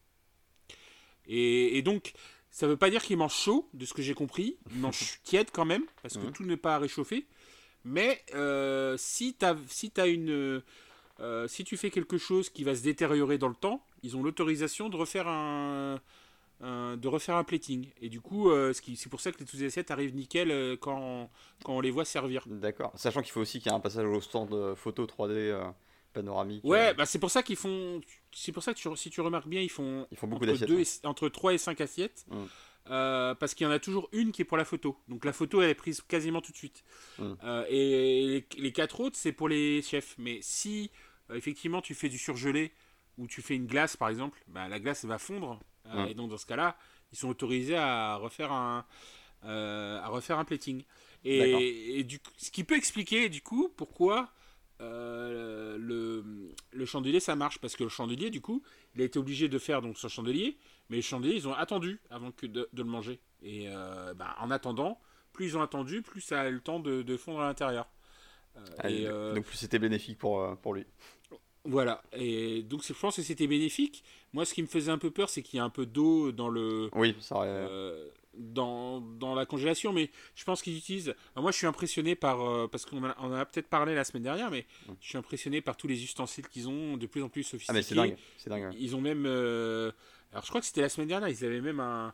Et, et donc, ça veut pas dire qu'ils mangent chaud, de ce que j'ai compris. Ils mangent tiède quand même, parce que mhm. tout n'est pas à réchauffer. Mais euh, si, t'as, si, t'as une, euh, si tu fais quelque chose qui va se détériorer dans le temps, ils ont l'autorisation de refaire un, un- de refaire un plating. Et du coup, euh, ce qui, c'est pour ça que les toutes les assiettes arrivent nickel euh, quand, quand on les voit servir. D'accord. Sachant qu'il faut aussi qu'il y ait un passage au stand euh, photo trois D euh, panoramique. euh. Ouais, bah c'est pour ça qu'ils font. C'est pour ça que tu- si tu remarques bien, ils font Ils font beaucoup entre, d'assiettes. deux Ouais. et- entre trois et cinq assiettes. Mm, Euh, parce qu'il y en a toujours une qui est pour la photo. Donc la photo, elle est prise quasiment tout de suite. mm. Euh, et les, les quatre autres, c'est pour les chefs. Mais si, euh, effectivement, tu fais du surgelé ou tu fais une glace, par exemple, bah, la glace va fondre. Euh, Mm. et donc, dans ce cas-là, ils sont autorisés à refaire un, euh, à refaire un plating. D'accord. Et, et du, coup- ce qui peut expliquer, du coup, pourquoi euh, le, le chandelier, ça marche. Parce que le chandelier, du coup, il a été obligé de faire donc, son chandelier. Mais les chandeliers, ils ont attendu avant que de, de le manger. Et euh, bah, en attendant, plus ils ont attendu, plus ça a eu le temps de, de fondre à l'intérieur. Euh, Ah, et euh, donc plus c'était bénéfique pour, euh, pour lui. voilà. Et donc je pense que c'était bénéfique. Moi, ce qui me faisait un peu peur, c'est qu'il y a un peu d'eau dans le Oui, ça aurait. euh, dans, dans la congélation, mais je pense qu'ils utilisent. Alors moi, je suis impressionné par euh, parce qu'on en a, on en a peut-être parlé la semaine dernière, mais Mm. je suis impressionné par tous les ustensiles qu'ils ont, de plus en plus Ah, mais c'est sophistiqués. dingue. C'est dingue. Ouais. Ils ont même, euh, alors je crois que c'était la semaine dernière, ils avaient même un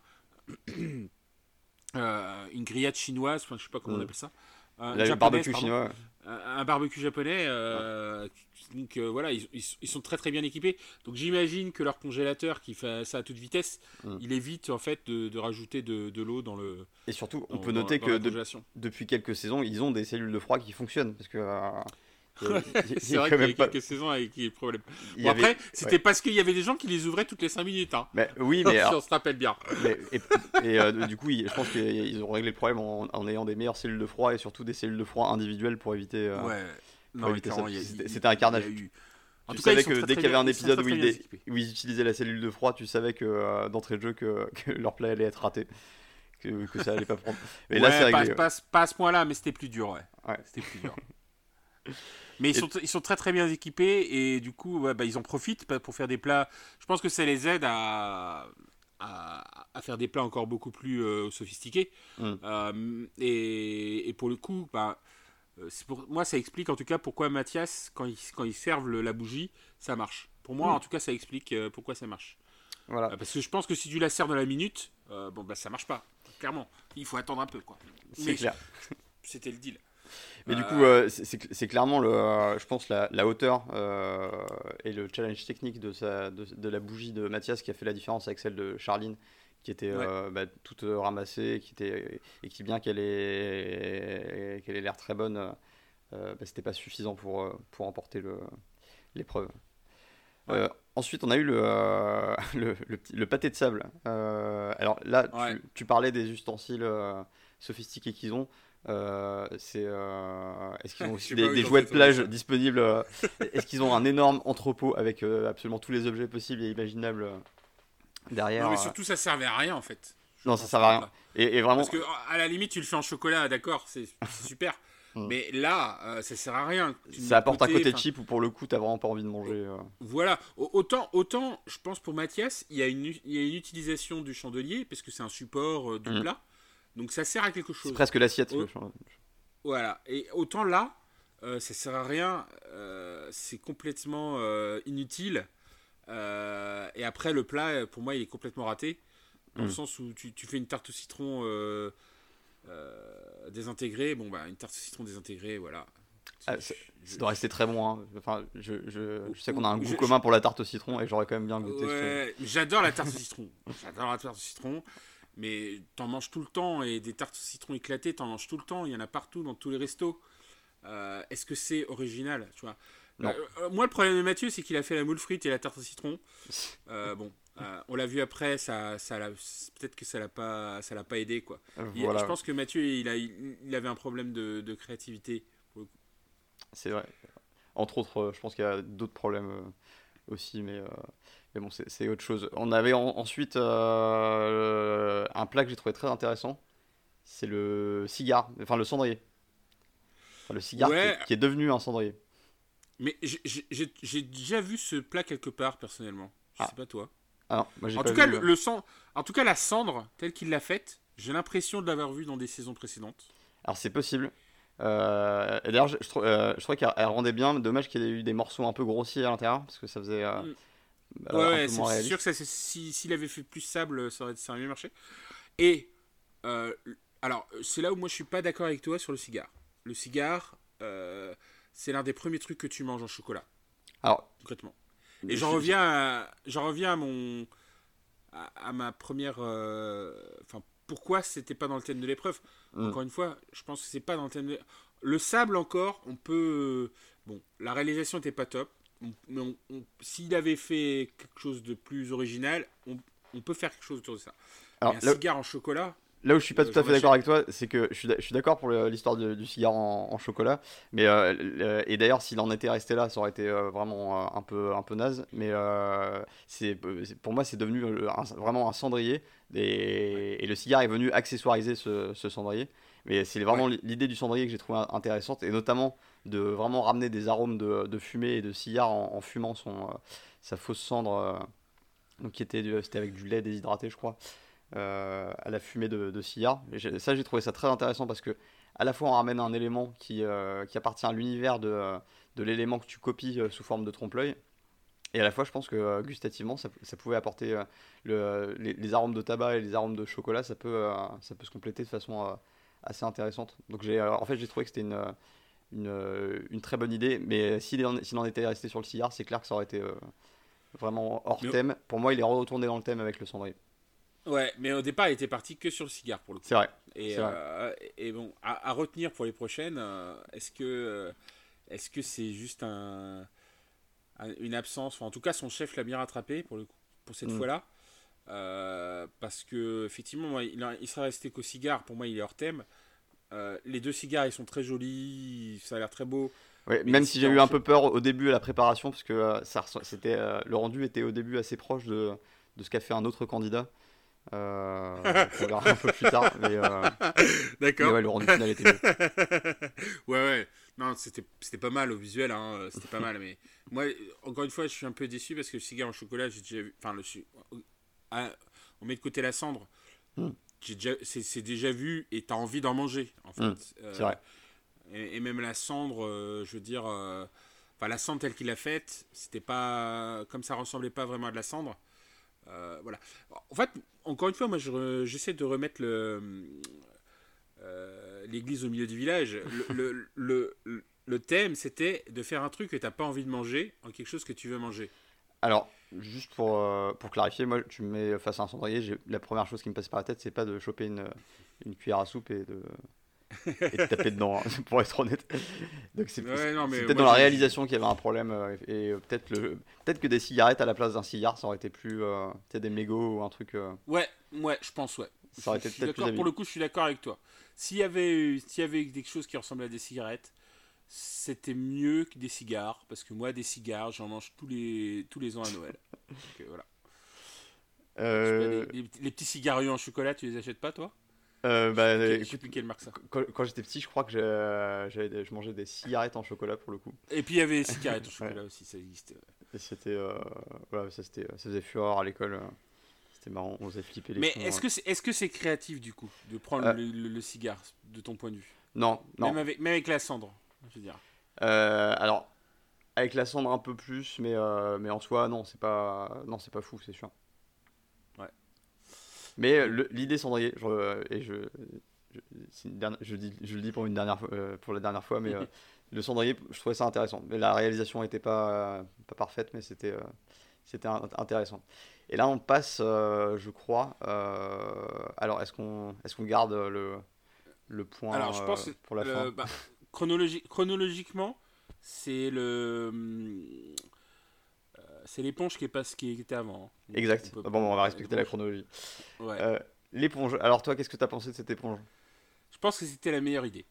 euh, une grillade chinoise, enfin, je sais pas comment on Mm. appelle ça, euh, Là, le japonaise, barbecue pardon. chinois. Ouais. Un, un barbecue japonais. euh, donc euh, voilà, ils, ils- ils sont très très bien équipés. Donc j'imagine que leur congélateur qui fait ça à toute vitesse, Mm. il évite en fait de, de rajouter de, de l'eau dans le Et surtout, on dans, peut dans- noter dans que la de- congélation. depuis quelques saisons, ils ont des cellules de froid qui fonctionnent. Parce que. euh, il y a- il y a C'est vrai quand qu'il y a même pas- quelques saisons avec qui il y a le problème. il y Bon avait- après, c'était ouais. parce qu'il y avait des gens qui les ouvraient toutes les cinq minutes. Hein. Mais, oui, mais, si alors, on se rappelle bien. mais- et, et, euh, du coup, ils- je pense qu'ils ont réglé le problème en, en ayant des meilleures cellules de froid et surtout des cellules de froid individuelles pour éviter. euh, Ouais. pour Non, mais éviter ça. clairement, il y a- C'était il- c'était un carnage. il y a eu- En Tu tout cas, savais ils sont que très, dès très qu'il y avait bien- un ils sont épisode très, où très ils, bien dé- équipés. où ils utilisaient la cellule de froid, tu savais que euh, d'entrée de jeu que, que leur play allait être raté, que, que ça allait pas prendre. Mais là, Ouais, c'est pas, réglé. pas, pas à ce point-là, mais c'était plus dur, ouais. Ouais. C'était plus dur. Mais ils Et- sont, ils sont très très bien équipés et du coup, ouais, bah, ils en profitent bah, pour faire des plats. Je pense que ça les aide à, à, à faire des plats encore beaucoup plus euh, sophistiqués. Mm. Euh, et, et pour le coup, bah, euh, c'est pour, moi, ça explique en tout cas pourquoi Mathias, quand ils quand ils servent le- la bougie, ça marche. Pour moi, Mm. en tout cas, ça explique euh, pourquoi ça marche. Voilà. Euh, parce que je pense que si tu la sers dans la minute, euh, bon, bah, ça marche pas. Clairement, il faut attendre un peu, quoi. C'est Mais clair. c'était le deal. Mais du Euh, coup, euh, c'est- c'est c'est clairement, le, euh, je pense, la, la hauteur euh, et le challenge technique de, sa, de, de la bougie de Mathias qui a fait la différence avec celle de Charline, qui était euh, bah, toute euh, ramassée, qui était, et qui, bien qu'elle ait, qu'elle ait l'air très bonne, euh, bah, c'était pas suffisant pour, euh, pour emporter le- l'épreuve. Ouais. Euh, ensuite, on a eu le, euh, le, le petit- le pâté de sable. Euh, alors là, tu, Ouais. tu parlais des ustensiles euh, sophistiqués qu'ils ont. Euh, c'est, euh, est-ce qu'ils ont Je aussi sais des, pas où des ils ont jouets fait de ça, plage ça. disponibles euh, Est-ce qu'ils ont un énorme entrepôt avec euh, absolument tous les objets possibles et imaginables euh, derrière Non, mais euh, surtout, ça servait à rien en fait. Je Non, ça pense sert à rien. pas. Et, et vraiment, Parce que à la limite, tu le fais en chocolat, d'accord, c'est c'est super. Mm. Mais là, euh, ça sert à rien. Tu le mets ça de apporte un côté enfin, cheap où pour le coup, t'as vraiment pas envie de manger. euh. Voilà. Au- Autant, autant, je pense pour Mathias, il y a une, il y a une utilisation du chandelier parce que c'est un support euh, du Mm. plat. Donc ça sert à quelque C'est chose. presque l'assiette. Oh. le champ. Voilà. Et autant là, euh, ça sert à rien. euh, c'est complètement euh, inutile. Euh, et après, le plat, pour moi, il est complètement raté. dans Mm. le sens où tu, tu fais une tarte au citron euh, euh, désintégrée. Bon, bah, une tarte au citron désintégrée, voilà. Ah, Je- ça, je- ça doit rester très bon. Hein. Enfin, je, je, ou- je sais qu'on a un ou- goût je- commun pour la tarte au citron et j'aurais quand même bien je- goûté ce. ouais, j'adore la tarte au citron. J'adore la tarte au citron. Mais t'en manges tout le temps. Et des tartes au citron éclatées, t'en manges tout le temps. Il y en a partout dans tous les restos. Euh, est-ce que c'est original, tu vois? Non. Euh, moi, le problème de Mathieu, c'est qu'il a fait la moule frite et la tarte au citron. Euh, bon, euh, on l'a vu après, ça, ça l'a- peut-être que ça l'a pas, ça l'a pas aidé, quoi. Il- Voilà, je pense que Mathieu, il, a, il, il avait un problème de, de créativité. Pour le coup. c'est vrai. Entre autres, euh, je pense qu'il y a d'autres problèmes euh, aussi, mais, euh, mais bon, c'est c'est autre chose. On avait en- ensuite euh, un plat que j'ai trouvé très intéressant, c'est le cigare, enfin le cendrier. Enfin, le cigare qui Ouais, est, qui est devenu un cendrier. mais j'ai j'ai- j'ai déjà vu ce plat quelque part, personnellement. Je Ah, sais pas toi. ah non, moi j'ai En pas tout cas, vu. le, euh, le sang, en tout cas, la cendre, telle qu'il l'a faite, j'ai l'impression de l'avoir vue dans des saisons précédentes. Alors c'est possible. Euh, et d'ailleurs, je, je, trou- euh, je trouvais qu'elle elle rendait bien. Dommage qu'il y ait eu des morceaux un peu grossiers à l'intérieur, parce que ça faisait euh, Mm. Ouais, euh, un ouais, peu c'est moins c'est sûr réaliste. que ça, c'est- si, s'il avait fait plus sable, ça aurait, ça aurait mieux marché. Et, euh, alors, c'est là où moi je suis pas d'accord avec toi sur le cigare. Le cigare, euh, c'est l'un des premiers trucs que tu manges en chocolat, Alors, concrètement. Et je j'en suis- reviens à, j'en reviens à mon, à, à ma première, euh, enfin, pourquoi c'était pas dans le thème de l'épreuve. Mm. Encore une fois, je pense que c'est pas dans le thème de... Le sable encore, on peut, bon, la réalisation n'était pas top, on- mais on- on- s'il avait fait quelque chose de plus original, on, on peut faire quelque chose autour de ça. Alors, Mais un là, cigare en chocolat, là où je suis pas euh, tout à j'en fait d'accord achète. avec toi, c'est que je suis d'a- je suis d'accord pour le- l'histoire de- du cigare en, en chocolat, mais euh, le- et d'ailleurs s'il en était resté là, ça aurait été euh, vraiment euh, un peu un peu naze. Mais euh, c'est c'est- pour moi c'est devenu euh, un- vraiment un cendrier Ouais, et, et le cigare est venu accessoiriser ce, ce cendrier. Mais c'est vraiment ouais, l'idée du cendrier que j'ai trouvé intéressante et notamment de vraiment ramener des arômes de, de fumée et de cigare en, en fumant son euh, sa fausse cendre, euh, donc qui était du- c'était avec du lait déshydraté je crois, euh, à la fumée de, de cigare. Et j'ai- ça, j'ai trouvé ça très intéressant parce que à la fois on ramène un élément qui, euh, qui appartient à l'univers de, euh, de l'élément que tu copies euh, sous forme de trompe-l'œil. Et à la fois, je pense que euh, gustativement, ça, ça pouvait apporter euh, le, les, les arômes de tabac et les arômes de chocolat, ça peut, euh, ça peut se compléter de façon euh, assez intéressante. Donc j'ai, euh, en fait, j'ai trouvé que c'était une, euh, une, euh, une très bonne idée. Mais s'il en, s'il en était resté sur le cigare, c'est clair que ça aurait été euh, vraiment hors mais, thème. Pour moi, il est retourné dans le thème avec le cendrier. ouais, mais au départ, il était parti que sur le cigare pour le coup. C'est vrai, Et, c'est vrai. euh, et bon, à, à retenir pour les prochaines, euh, est-ce que, euh, est-ce que c'est juste un, un- une absence, enfin, en tout cas, son chef l'a bien rattrapé pour le coup, pour cette Mm. fois-là. Euh, parce que effectivement, moi, il, a- il serait resté qu'au cigare. Pour moi, il est hors thème. Euh, les deux cigares, ils sont très jolis, ça a l'air très beau. Ouais, Mais les même si j'ai cigares eu en un peu chocolat. peur au début à la préparation, parce que euh, ça, reço- c'était, euh, le rendu était au début assez proche de, de ce qu'a fait un autre candidat, euh, qu'on verra un peu plus tard. Mais, euh, mais D'accord. ouais, le rendu final était mieux. Ouais, ouais. Non, c'était c'était pas mal au visuel, hein. C'était pas mal. Mais moi, encore une fois, je suis un peu déçu parce que le cigare au chocolat, j'ai déjà vu. Enfin, le, chi- ah, on met de côté la cendre. Mm, J'ai déjà, c'est, c'est déjà vu et t'as envie d'en manger, en fait. mm, c'est Euh, vrai. et, et même la cendre, euh, je veux dire. euh, Enfin, la cendre telle qu'il l'a faite, c'était pas. Comme ça ressemblait pas vraiment à de la cendre. Euh, voilà. En fait, encore une fois, moi, je re- j'essaie de remettre le, euh, l'église au milieu du village. Le, le, le, le- le thème, c'était de faire un truc que t'as pas envie de manger en quelque chose que tu veux manger. Alors, juste pour, euh, pour clarifier, moi, tu me mets face à un cendrier, j'ai- la première chose qui me passe par la tête, c'est pas de choper une, une cuillère à soupe et de, et de taper dedans, hein, pour être honnête. Donc c'est c'est- Ouais, non, c'est mais peut-être moi, dans la je, je- réalisation qu'il y avait un problème, euh, et euh, peut-être le, peut-être que des cigarettes à la place d'un cigare, ça aurait été plus, euh, peut-être des mégots ou un truc, euh, ouais, ouais, je pense, ouais. ça aurait Je, je été suis peut-être plus d'accord, pour habile. le coup, je suis d'accord avec toi. S'il y avait, s'il y avait quelque chose qui ressemblait à des cigarettes, c'était mieux que des cigares, parce que moi, des cigares, j'en mange tous les, tous les ans à Noël. Donc, euh, voilà. Je sais pas, les, Euh, les- les petits cigarios en chocolat, tu les achètes pas, toi? euh, Je sais bah, plus, quel- je sais écoute, plus quelle marque ça. quand, quand j'étais petit, je crois que j'ai- j'avais des- je mangeais des cigarettes en chocolat pour le coup. Et puis il y avait les cigarettes au Ouais. chocolat aussi, ça existe. Et c'était, euh, voilà, ça, c'était, ça faisait fureur à l'école. euh, C'était marrant, on faisait flipper les Mais cons. est-ce euh. que c'est est-ce que c'est créatif du coup de prendre Euh, le, le- le cigare de ton point de vue? non, non. Même avec, même avec la cendre, je veux dire. Euh, alors, avec la cendre un peu plus, mais, euh, mais en soi, non, c'est pas, non, c'est pas fou, c'est sûr. Ouais. Mais le, l'idée cendrier, je, et je, je, c'est une dernière, je, dis, je le dis pour, une dernière, euh, pour la dernière fois, mais euh, le cendrier, je trouvais ça intéressant. Mais la réalisation n'était pas, euh, pas parfaite, mais c'était, euh, c'était un- intéressant. Et là, on passe, euh, je crois. euh, alors, est-ce qu'on, est-ce qu'on garde le, le Alors, point je euh, pense que pour la fin? euh, bah, chronologi- chronologiquement, c'est le hum, c'est l'éponge qui est pas ce qui était avant, hein. Donc, on Exact. peut Ah bon, on prendre va euh, respecter la l'éponge. chronologie. Ouais. Euh, l'éponge. Alors, toi, qu'est-ce que tu as pensé de cette éponge? Je pense que c'était la meilleure idée.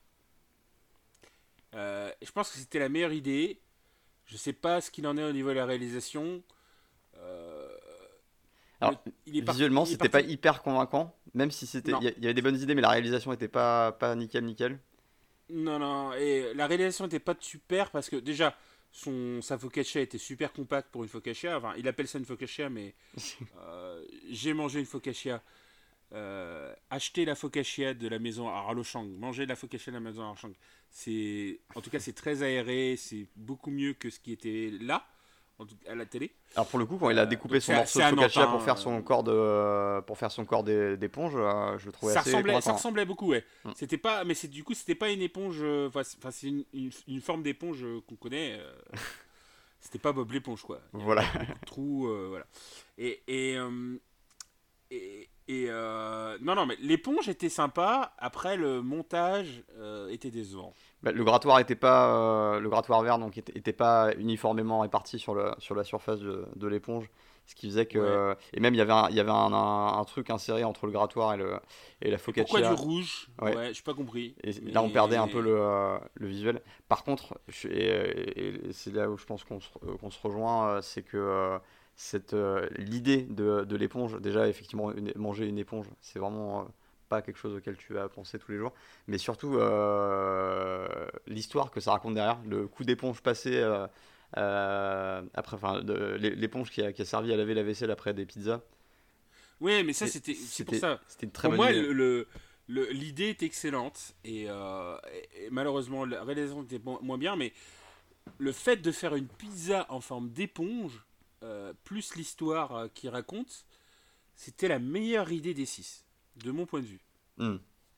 Euh, je pense que c'était la meilleure idée. Je sais pas ce qu'il en est au niveau de la réalisation. Euh, le- Alors, il est parti. visuellement, Il est c'était pas parti. hyper convaincant, même si c'était, il Non, y, a- il y avait des bonnes idées, mais la réalisation était pas, pas nickel, nickel. non, non. Et la réalisation n'était pas super parce que déjà, son sa focaccia était super compacte pour une focaccia. Enfin, il appelle ça une focaccia, mais euh, j'ai mangé une focaccia. Euh, acheter la focaccia de la maison à Arlochang, manger la focaccia de la maison à Arlochang, c'est, en tout cas, c'est très aéré, c'est beaucoup mieux que ce qui était là, en tout, à la télé. Alors pour le coup, quand il a Euh, découpé donc son c'est à, morceau c'est de à Nantes, focaccia pour hein, faire euh, son corps de, pour faire son corps d'é- d'éponge, euh, je le trouvais ça assez ressemblait, ça convaincant. ressemblait beaucoup, ouais. Mm. C'était pas, mais c'est du coup, c'était pas une éponge, euh, enfin, c'est enfin, c'est une, une, une forme d'éponge euh, qu'on connaît. euh, c'était pas Bob l'éponge, quoi. Il y avait Voilà. beaucoup de trous, euh, voilà. Et, et, euh, et, et, euh, non, non, mais l'éponge était sympa. Après, le montage euh, était décevant. Bah, le grattoir était pas, euh, le grattoir vert donc était, était pas uniformément réparti sur le, sur la surface de, de l'éponge, ce qui faisait Ouais. que, et même il y avait un, il y avait un, un- un truc inséré entre le grattoir et le, et la Et pourquoi du focaccia. rouge? Ouais. Ouais, j'ai pas compris. Et là, on perdait un peu Mais le, euh, le visuel. Par contre, je- et, et- et c'est là où je pense qu'on se, euh, qu'on se rejoint, euh, c'est que euh, cette, euh, l'idée de, de l'éponge, déjà, effectivement, une- manger une éponge, c'est vraiment euh, pas quelque chose auquel tu vas penser tous les jours. Mais surtout, euh, l'histoire que ça raconte derrière, le coup d'éponge passé, euh, euh, après, enfin, de- l'é- l'éponge qui a, qui a servi à laver la vaisselle après des pizzas, ouais, mais ça c'est- c'était, c'est pour c'était, ça. c'était une très Pour bonne moi, idée. le, le- le- l'idée est excellente et, euh, et- et malheureusement la réalisation était mo- moins bien, mais le fait de faire une pizza en forme d'éponge, euh, plus l'histoire euh, qu'il raconte, c'était la meilleure idée des six, de mon point de vue. Hmm.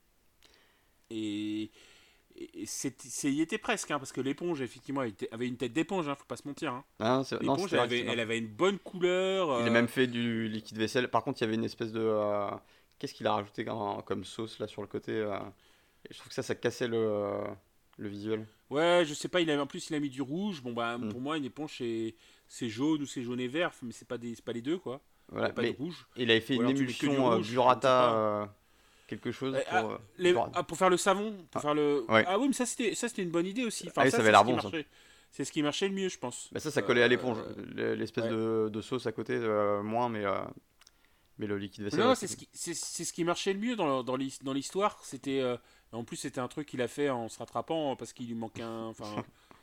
Et, et c'est, c'est- il y était presque, hein, parce que l'éponge, effectivement, elle était- avait une tête d'éponge, hein, faut pas se mentir, hein. Ah, c'est- non, L'éponge, c'était elle vrai, avait, c'était elle vrai. avait une bonne couleur. Il a euh, même fait du liquide vaisselle. Par contre, il y avait une espèce de. euh, Qu'est-ce qu'il a rajouté comme, comme sauce là sur le côté euh, et je trouve que ça, ça cassait le, euh, le visuel. Ouais, je sais pas, il a, en plus il a mis du rouge. Bon, bah, Hmm. pour moi, une éponge, c'est, c'est jaune ou c'est jaune et vert, mais c'est pas, des, c'est pas les deux, quoi. Il n'y Voilà. a pas de Mais rouge. il avait fait Ou une alors tu mets que du émulsion euh, rouge, je ne sais burrata, pas. euh, quelque chose Euh, pour. ah, euh, les- bura- ah, pour faire le savon, pour Ah, faire le. ouais. Ah oui, mais ça c'était, ça c'était une bonne idée aussi. Ah Enfin, oui, ça ça avait c'est ce l'air qui bon ça. marchait. C'est ce qui marchait le mieux, je pense. Bah, ça, ça collait à l'éponge. Euh, Le- L'espèce ouais. de, de sauce à côté, euh, moins, mais, euh, mais le liquide vaisselle, ouais, Non, c'est ce c'était. qui, c'est, c'est ce qui marchait le mieux dans, dans l'his- dans l'histoire. C'était, euh, en plus, c'était un truc qu'il a fait en se rattrapant parce qu'il lui manquait un. Enfin,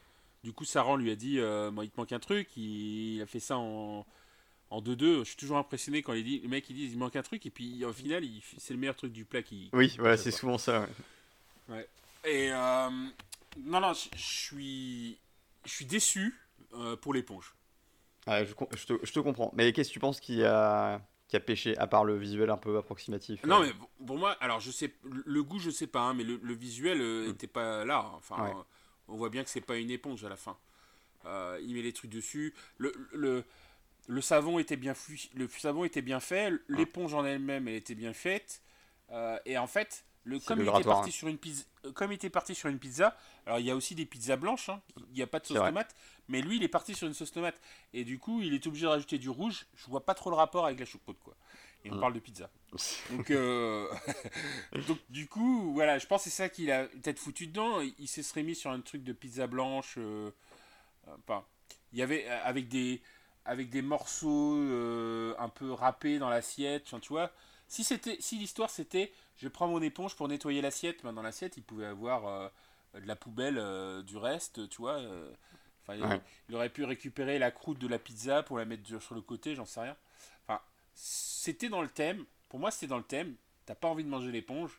du coup, Saran lui a dit, euh, moi, il te manque un truc. Il, il a fait ça en, en deux deux. Je suis toujours impressionné quand il dit, le mec il dit, il manque un truc et puis au final, il, c'est le meilleur truc du plat qui, Oui, qui voilà, à c'est chaque souvent ça. Ouais. fois. Ouais. Et euh, non, non, je je suis, je suis déçu euh, pour l'éponge. Ouais, je, com- je te, je te comprends. Mais qu'est-ce que tu penses qui a, qui a pêché, à part le visuel un peu approximatif Non, euh, mais pour moi, alors je sais, le goût, je sais pas, hein, mais le, le visuel euh, hmm. était pas là. Enfin, Ouais. euh, on voit bien que c'est pas une éponge à la fin. Euh, il met les trucs dessus. Le, le, le savon était bien fui- le savon était bien fait. Ah. L'éponge en elle-même, elle était bien faite. Euh, et en fait, le, C'est comme le il était grattoir, parti hein. sur une pizza, euh, comme il était parti sur une pizza, alors il y a aussi des pizzas blanches. Hein, il n'y a pas de C'est sauce vrai. tomate, mais lui, il est parti sur une sauce tomate. Et du coup, il est obligé de rajouter du rouge. Je vois pas trop le rapport avec la choucroute, quoi. Et on Hmm. parle de pizza. Donc, euh, donc du coup, voilà, je pense que c'est ça qu'il a peut-être foutu dedans. Il, il se serait mis sur un truc de pizza blanche. Euh, euh, pas. Il y avait euh, avec des avec des morceaux euh, un peu râpés dans l'assiette. Enfin, tu vois, si c'était si l'histoire c'était, je prends mon éponge pour nettoyer l'assiette. Ben, dans l'assiette, il pouvait avoir euh, de la poubelle, euh, du reste, tu vois. euh, Enfin, il, Ouais. il aurait pu récupérer la croûte de la pizza pour la mettre sur sur le côté, j'en sais rien. Enfin, c'était dans le thème. Pour moi, c'était dans le thème. T'as pas envie de manger l'éponge.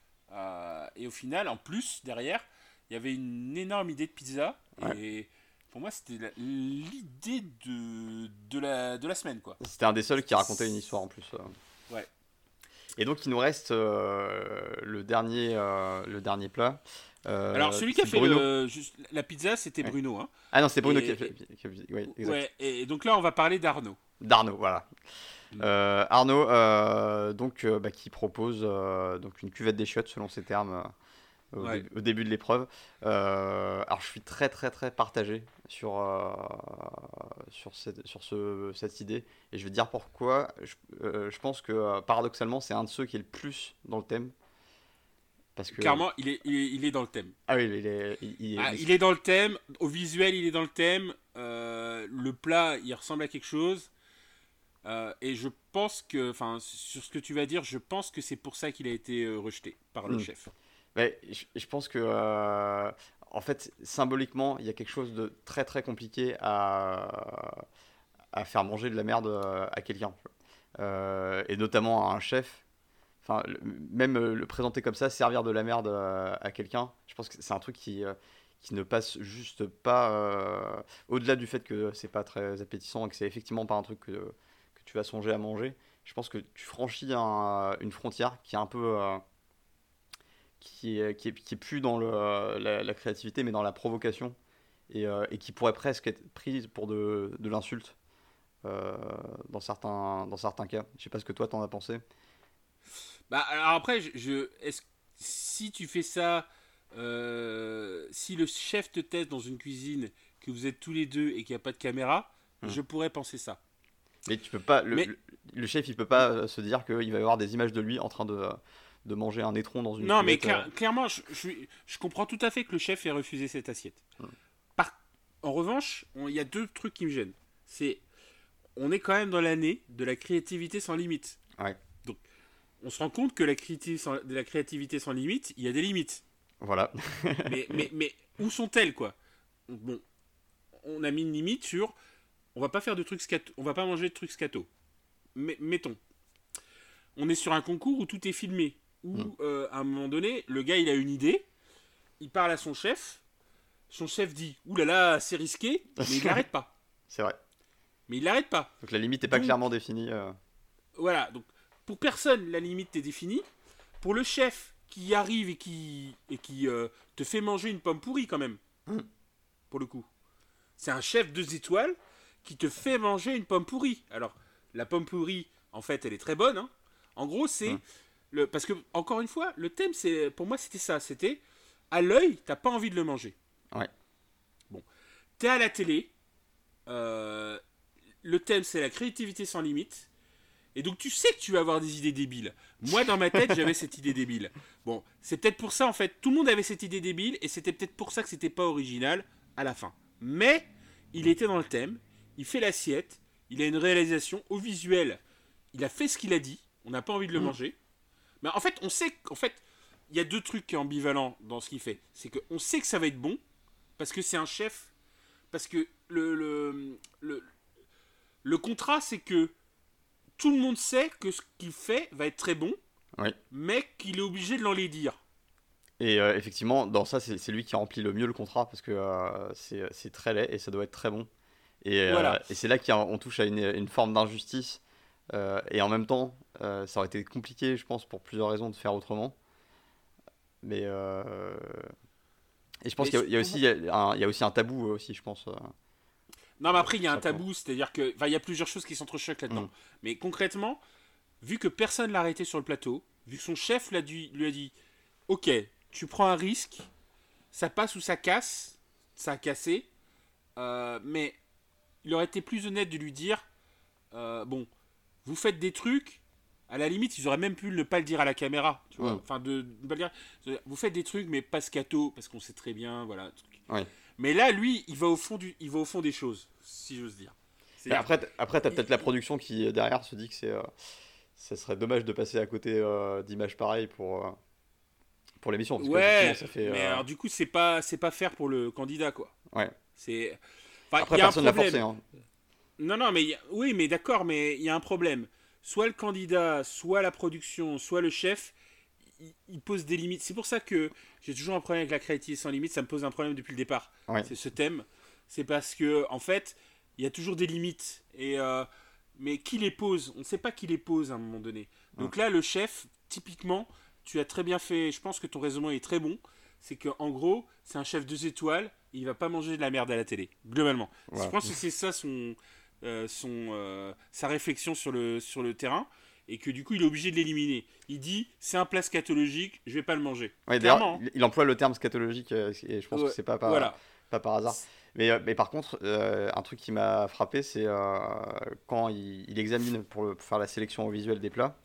Euh, et au final, en plus, derrière, il y avait une énorme idée de pizza. Ouais. Et pour moi, c'était la- l'idée de, de, la, de la semaine, quoi. C'était un des seuls qui racontait une histoire en plus. euh. Ouais. Et donc il nous reste euh, le dernier, euh, le dernier plat. Euh, Alors celui qui a fait le, juste, la pizza, c'était ouais. Bruno. Hein. Ah non, c'était Bruno et, qui a fait. Qui a, oui, exact. Ouais, et donc là, on va parler d'Arnaud. D'Arnaud, voilà. Mmh. Euh, Arnaud, euh, donc, euh, bah, qui propose euh, donc une cuvette des chiottes, selon ses termes, euh, au, ouais. dé- au début de l'épreuve. Euh, alors, je suis très, très, très partagé sur, euh, sur, cette, sur ce, cette idée. Et je vais te dire pourquoi. Je, euh, je pense que, euh, paradoxalement, c'est un de ceux qui est le plus dans le thème. Parce que... Clairement, il est, il, est, il est dans le thème. Ah oui, il est, il, il est, ah, il est dans le thème. Au visuel, il est dans le thème. Euh, le plat, il ressemble à quelque chose. Euh, et je pense que, enfin, sur ce que tu vas dire, je pense que c'est pour ça qu'il a été euh, rejeté par le mmh. chef. Ouais, je, je pense que, euh, en fait, symboliquement, il y a quelque chose de très très compliqué à, à faire manger de la merde à quelqu'un. Euh, et notamment à un chef. Enfin, le, même le présenter comme ça, servir de la merde à, à quelqu'un, je pense que c'est un truc qui, euh, qui ne passe juste pas, euh, au-delà du fait que c'est pas très appétissant et que c'est effectivement pas un truc que, que tu vas songer à manger. Je pense que tu franchis un, une frontière qui est un peu, euh, qui, est, qui, est, qui est plus dans le, la, la créativité, mais dans la provocation, et, euh, et qui pourrait presque être prise pour de, de l'insulte euh, dans certains, dans certains cas. Je sais pas ce que toi t'en as pensé. Bah, alors après, je, je, est-ce, si tu fais ça, euh, si le chef te teste dans une cuisine, que vous êtes tous les deux et qu'il n'y a pas de caméra, mmh. je pourrais penser ça. Mais tu peux pas, le, Mais, le, le chef, il peut pas euh, se dire qu'il va y avoir des images de lui en train de, de manger un étron dans une Non, cuvette, mais clair, euh... clairement, je, je, je comprends tout à fait que le chef ait refusé cette assiette. Mmh. Par, en revanche, il y a deux trucs qui me gênent. C'est, on est quand même dans l'année de la créativité sans limite. Ouais. Donc, on se rend compte que la, créativité sans, de la créativité sans limite, il y a des limites. Voilà. mais, mais, mais où sont-elles, quoi ? Bon, on a mis une limite sur... On va pas faire de trucs scato, on va pas manger de trucs scato. Mais, mettons. On est sur un concours où tout est filmé. Où, mmh. euh, à un moment donné, le gars, il a une idée. Il parle à son chef. Son chef dit « Ouh là là, c'est risqué », mais il l'arrête pas. C'est vrai. Mais il l'arrête pas. Donc la limite n'est pas donc, clairement définie. Euh... Voilà, donc... Pour personne, la limite est définie. Pour le chef qui arrive et qui, et qui euh, te fait manger une pomme pourrie quand même. Mmh. Pour le coup. C'est un chef deux étoiles qui te fait manger une pomme pourrie. Alors, la pomme pourrie, en fait, elle est très bonne. Hein. En gros, c'est... Mmh. Le, parce que, encore une fois, le thème, c'est, pour moi, c'était ça. C'était, à l'œil, t'as pas envie de le manger. Ouais. Bon. T'es à la télé. Euh, le thème, c'est la créativité sans limite. Et donc tu sais que tu vas avoir des idées débiles. Moi dans ma tête j'avais cette idée débile. Bon, c'est peut-être pour ça en fait, tout le monde avait cette idée débile et c'était peut-être pour ça que c'était pas original à la fin. Mais il était dans le thème, il fait l'assiette, il a une réalisation au visuel, il a fait ce qu'il a dit, on n'a pas envie de le mmh. manger. Mais en fait on sait qu'en fait il y a deux trucs qui sont ambivalents dans ce qu'il fait. C'est qu'on sait que ça va être bon parce que c'est un chef, parce que le le le, le contrat c'est que tout le monde sait que ce qu'il fait va être très bon, oui. mais qu'il est obligé de l'enlaidir. Et euh, effectivement, dans ça, c'est, c'est lui qui remplit le mieux le contrat, parce que euh, c'est, c'est très laid et ça doit être très bon. Et, voilà. euh, et c'est là qu'on touche à une, une forme d'injustice. Euh, et en même temps, euh, ça aurait été compliqué, je pense, pour plusieurs raisons de faire autrement. Mais... Euh... Et je pense mais qu'il y a, il y, a aussi, il, y a un, il y a aussi un tabou, aussi, je pense. Non, mais après, il y a un tabou, c'est-à-dire que... Enfin, il y a plusieurs choses qui s'entrechoquent là-dedans. Mmh. Mais concrètement, vu que personne l'a arrêté sur le plateau, vu que son chef l'a dit, lui a dit « Ok, tu prends un risque, ça passe ou ça casse, ça a cassé, euh, mais il aurait été plus honnête de lui dire euh, Bon, vous faites des trucs, à la limite, ils auraient même pu ne pas le dire à la caméra, tu vois. Mmh. Enfin, de ne pas le dire, vous faites des trucs, mais pas scato, parce qu'on sait très bien, voilà. » Ouais. Mais là, lui, il va au fond, du, il va au fond des choses, si j'ose dire. Mais après, t- après tu as peut-être la production qui, derrière, se dit que c'est, euh, ça serait dommage de passer à côté euh, d'images pareilles pour, euh, pour l'émission. Parce ouais, ça fait, mais euh... alors du coup, c'est pas, c'est pas fair pour le candidat, quoi. Ouais. C'est... Enfin, après, personne ne l'a forcé. Hein. Non, non, mais y a... oui, mais d'accord, mais il y a un problème. Soit le candidat, soit la production, soit le chef, il pose des limites. C'est pour ça que j'ai toujours un problème avec la créativité sans limite. Ça me pose un problème depuis le départ. Ouais. C'est ce thème. C'est parce que, en fait, il y a toujours des limites. Et euh, mais qui les pose? On ne sait pas qui les pose à un moment donné. Donc là, le chef, typiquement, tu as très bien fait. Je pense que ton raisonnement est très bon. C'est qu'en gros, c'est un chef deux étoiles. Et il va pas manger de la merde à la télé, globalement. Ouais. Je pense que c'est ça son, euh, son, euh, sa réflexion sur le, sur le terrain. Et que du coup, il est obligé de l'éliminer. Il dit, c'est un plat scatologique, je vais pas le manger. Ouais, d'ailleurs, il emploie le terme scatologique, euh, et je pense ouais, que c'est pas par, voilà. pas par hasard. Mais, mais par contre, euh, un truc qui m'a frappé, c'est euh, quand il, il examine pour, le, pour faire la sélection au visuel des plats.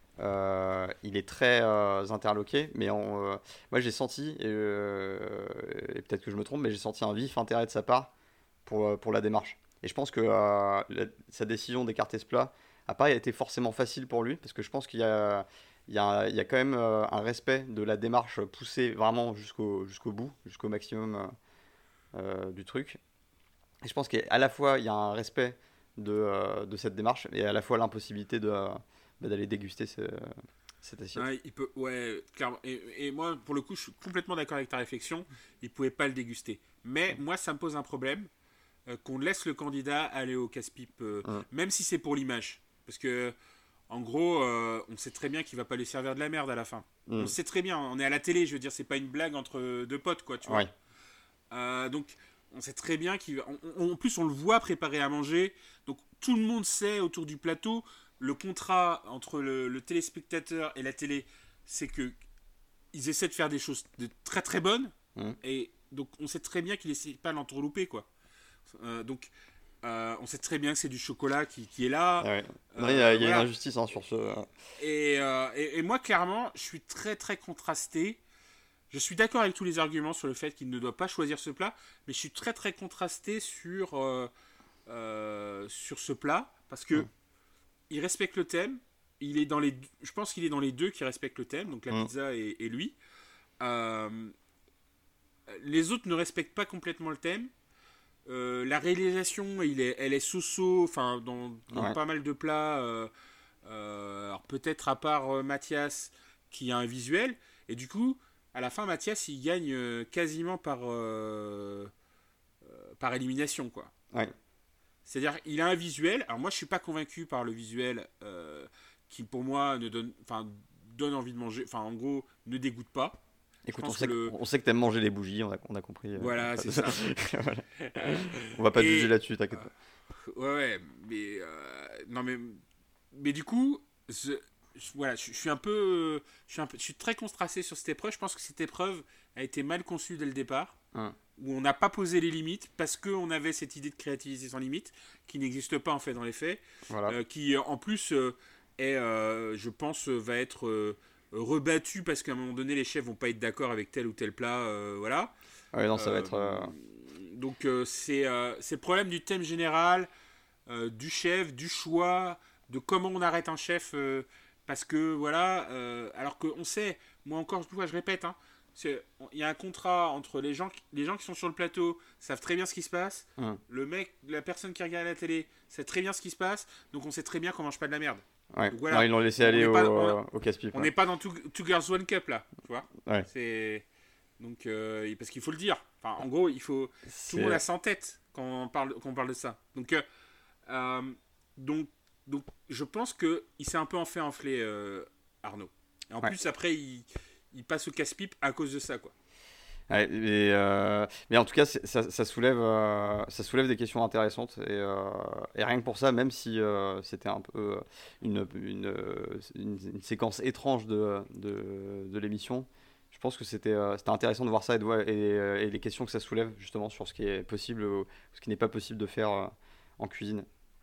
Euh, il est très euh, interloqué, mais on, euh, moi j'ai senti, et, euh, et peut-être que je me trompe, mais j'ai senti un vif intérêt de sa part pour, pour la démarche. Et je pense que euh, la, sa décision d'écarter ce plat n'a pas été forcément facile pour lui, parce que je pense qu'il y a, il y a, il y a quand même euh, un respect de la démarche poussée vraiment jusqu'au, jusqu'au bout, jusqu'au maximum euh, du truc. Et je pense qu'à la fois il y a un respect de, euh, de cette démarche, et à la fois l'impossibilité de... Euh, Bah d'aller déguster ce, cette assiette. Ouais, il peut, ouais, clairement. Et, et moi, pour le coup, je suis complètement d'accord avec ta réflexion. Il pouvait pas le déguster. Mais moi, ça me pose un problème euh, qu'on laisse le candidat aller au casse-pipe, euh, mmh. même si c'est pour l'image. Parce que, en gros, euh, on sait très bien qu'il va pas lui servir de la merde à la fin. Mmh. On sait très bien. On est à la télé. Je veux dire, c'est pas une blague entre deux potes, quoi. Tu vois. Ouais. Euh, donc, on sait très bien qu'il va. On, on, en plus, on le voit préparer à manger. Donc, tout le monde sait autour du plateau. Le contrat entre le, le téléspectateur et la télé, c'est que ils essaient de faire des choses de très très bonnes, mmh. et donc on sait très bien qu'ils essaient pas l'entourlouper, quoi. Euh, donc euh, on sait très bien que c'est du chocolat qui, qui est là. Ouais. Non, il euh, y a, il y a voilà. une injustice hein, sur ce. Et, euh, et, et moi clairement, je suis très très contrasté. Je suis d'accord avec tous les arguments sur le fait qu'il ne doit pas choisir ce plat, mais je suis très très contrasté sur euh, euh, sur ce plat parce que mmh. il respecte le thème. Il est dans les, je pense qu'il est dans les deux qui respectent le thème, donc la mmh. pizza et, et lui. Euh, les autres ne respectent pas complètement le thème. Euh, la réalisation, il est, elle est so-so, enfin dans, dans ouais. pas mal de plats. Euh, euh, alors peut-être à part euh, Mathias qui a un visuel, et du coup, à la fin, Mathias il gagne euh, quasiment par euh, euh, par élimination, quoi. Ouais. C'est-à-dire, il a un visuel. Alors moi, je suis pas convaincu par le visuel euh, qui, pour moi, ne donne, enfin, donne envie de manger. Enfin, en gros, ne dégoûte pas. Écoute, on sait, que le... on sait que t'aimes manger les bougies. On a, on a compris. Voilà, euh, c'est ça. Voilà. On va pas te juger là-dessus, t'inquiète pas. Euh, ouais, ouais, mais euh, non, mais mais du coup, je, je, voilà, je, je suis un peu, je suis un peu, je suis très contrasté sur cette épreuve. Je pense que cette épreuve a été mal conçue dès le départ. Hum. Où on n'a pas posé les limites parce qu'on avait cette idée de créativité sans limite qui n'existe pas en fait dans les faits, voilà. euh, qui en plus euh, est, euh, je pense, va être euh, rebattue parce qu'à un moment donné les chefs vont pas être d'accord avec tel ou tel plat, euh, voilà. Ouais, non, ça euh, va être. Euh... Donc euh, c'est euh, c'est le problème du thème général, euh, du chef, du choix, de comment on arrête un chef, euh, parce que voilà, euh, alors qu'on sait, moi encore une fois je répète, hein. Il y a un contrat entre les gens, les gens qui sont sur le plateau savent très bien ce qui se passe. Mmh. Le mec, la personne qui regarde la télé sait très bien ce qui se passe. Donc on sait très bien qu'on mange pas de la merde. Ouais. Donc, voilà. Non, ils l'ont laissé aller au, pas, on, au casse-pipe. On n'est ouais. pas dans two, two Girls One Cup là, tu vois. Ouais. C'est donc euh, parce qu'il faut le dire. Enfin, en gros, il faut C'est... tout le monde a ça en tête quand on parle, quand on parle de ça. Donc, euh, euh, donc, donc, je pense que il s'est un peu en fait enfler euh, Arnaud. Et en ouais. plus après il il passe au casse-pipe à cause de ça, quoi. Ouais, mais, euh, mais en tout cas, ça, ça, soulève, euh, ça soulève des questions intéressantes. Et, euh, et rien que pour ça, même si euh, c'était un peu une, une, une, une séquence étrange de, de, de l'émission, je pense que c'était, euh, c'était intéressant de voir ça et, de, et, et les questions que ça soulève, justement, sur ce qui est possible ou ce qui n'est pas possible de faire euh, en cuisine.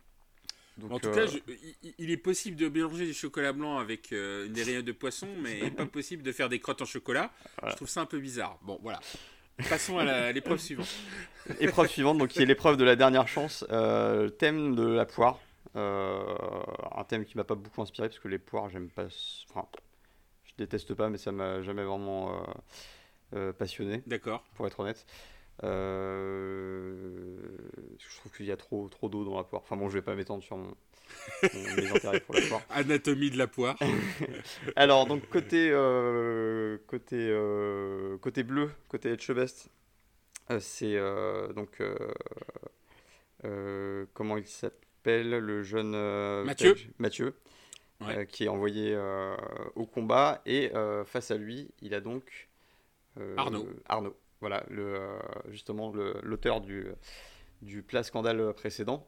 Donc, en tout euh... cas, je, il, il est possible de mélanger du chocolat blanc avec euh, des rayons de poisson, mais pas possible de faire des crottes en chocolat. Voilà. Je trouve ça un peu bizarre. Bon, voilà. Passons à, la, à l'épreuve suivante. Épreuve suivante, donc qui est l'épreuve de la dernière chance. Euh, thème de la poire. Euh, un thème qui m'a pas beaucoup inspiré parce que les poires, j'aime pas. Enfin, je déteste pas, mais ça m'a jamais vraiment euh, euh, passionné. D'accord. Pour être honnête. Euh, je trouve qu'il y a trop, trop d'eau dans la poire. Enfin bon, je vais pas m'étendre sur mon, mon, mes intérêts pour la poire. Anatomie de la poire. Alors donc côté euh, côté euh, côté bleu, côté Etchebest, euh, c'est euh, donc euh, euh, comment il s'appelle s'appelle le jeune euh, Mathieu. belge, Mathieu, Ouais. euh, qui est envoyé euh, au combat. Et euh, face à lui, il a donc euh, Arnaud. Arnaud, voilà, le, euh, justement le- l'auteur du, du plat scandale précédent.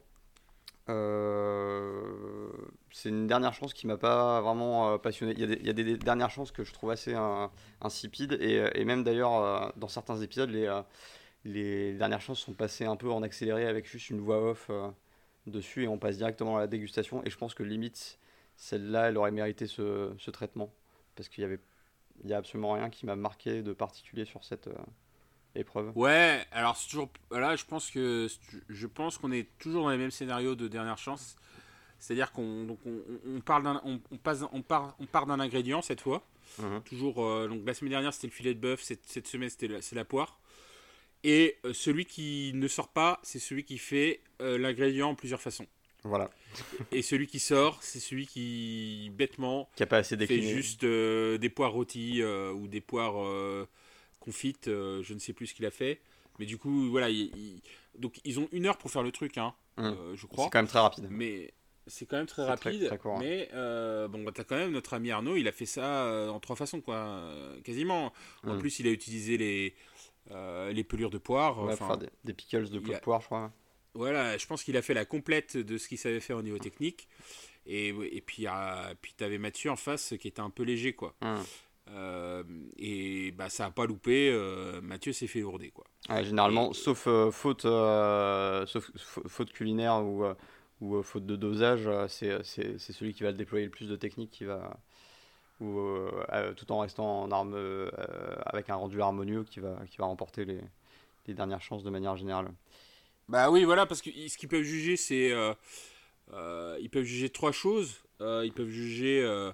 Euh, c'est une dernière chance qui m'a pas vraiment euh, passionné. Il y a, des, il y a des, des dernières chances que je trouve assez euh, insipides et, et même d'ailleurs euh, dans certains épisodes les, euh, les dernières chances sont passées un peu en accéléré avec juste une voix off euh, dessus et on passe directement à la dégustation et je pense que limite celle-là elle aurait mérité ce, ce traitement parce qu'il y avait il y a absolument rien qui m'a marqué de particulier sur cette euh, épreuve. Ouais, alors c'est toujours là, je pense que je pense qu'on est toujours dans les mêmes scénarios de dernière chance. C'est-à-dire qu'on donc on, on parle d'un on, on passe on part on part d'un ingrédient cette fois. Mhm. Toujours euh, donc la semaine dernière c'était le filet de bœuf, cette, cette semaine c'était la, c'est la poire. Et euh, celui qui ne sort pas, c'est celui qui fait euh, l'ingrédient en plusieurs façons. Voilà, Et celui qui sort, c'est celui qui bêtement qui a pas assez fait décliné. juste euh, des poires rôties euh, ou des poires euh, confites, euh, je ne sais plus ce qu'il a fait. Mais du coup, voilà, il- il- donc ils ont une heure pour faire le truc, hein, Mhm. euh, je C'est crois. quand même très rapide. Mais c'est quand même très C'est très- rapide. très court, hein. Mais euh, bon, bah, t'as quand même notre ami Arnaud, il a fait ça euh, en trois façons, quoi, euh, quasiment. En Mhm. plus, il a utilisé les, euh, les pelures de poire. Ouais, Enfin, pour faire des, des pickles de il a- poire, je crois. voilà, je pense qu'il a fait la complète de ce qu'il savait faire au niveau technique. Et, et puis, euh, puis tu avais Mathieu en face qui était un peu léger, quoi. Mhm. Euh, et bah, ça a pas loupé. euh, Mathieu s'est fait lourder, quoi. Ouais, généralement, Et, sauf, euh, faute, euh, sauf fa- faute culinaire ou, euh, ou euh, faute de dosage, euh, c'est, c'est, c'est celui qui va déployer le plus de technique qui va, ou, euh, euh, tout en restant en arme, euh, avec un rendu harmonieux qui va, qui va remporter les, les dernières chances de manière générale. bah oui, voilà, parce que ce qu'ils peuvent juger, c'est. euh, euh, ils peuvent juger trois choses. Euh, ils peuvent juger euh,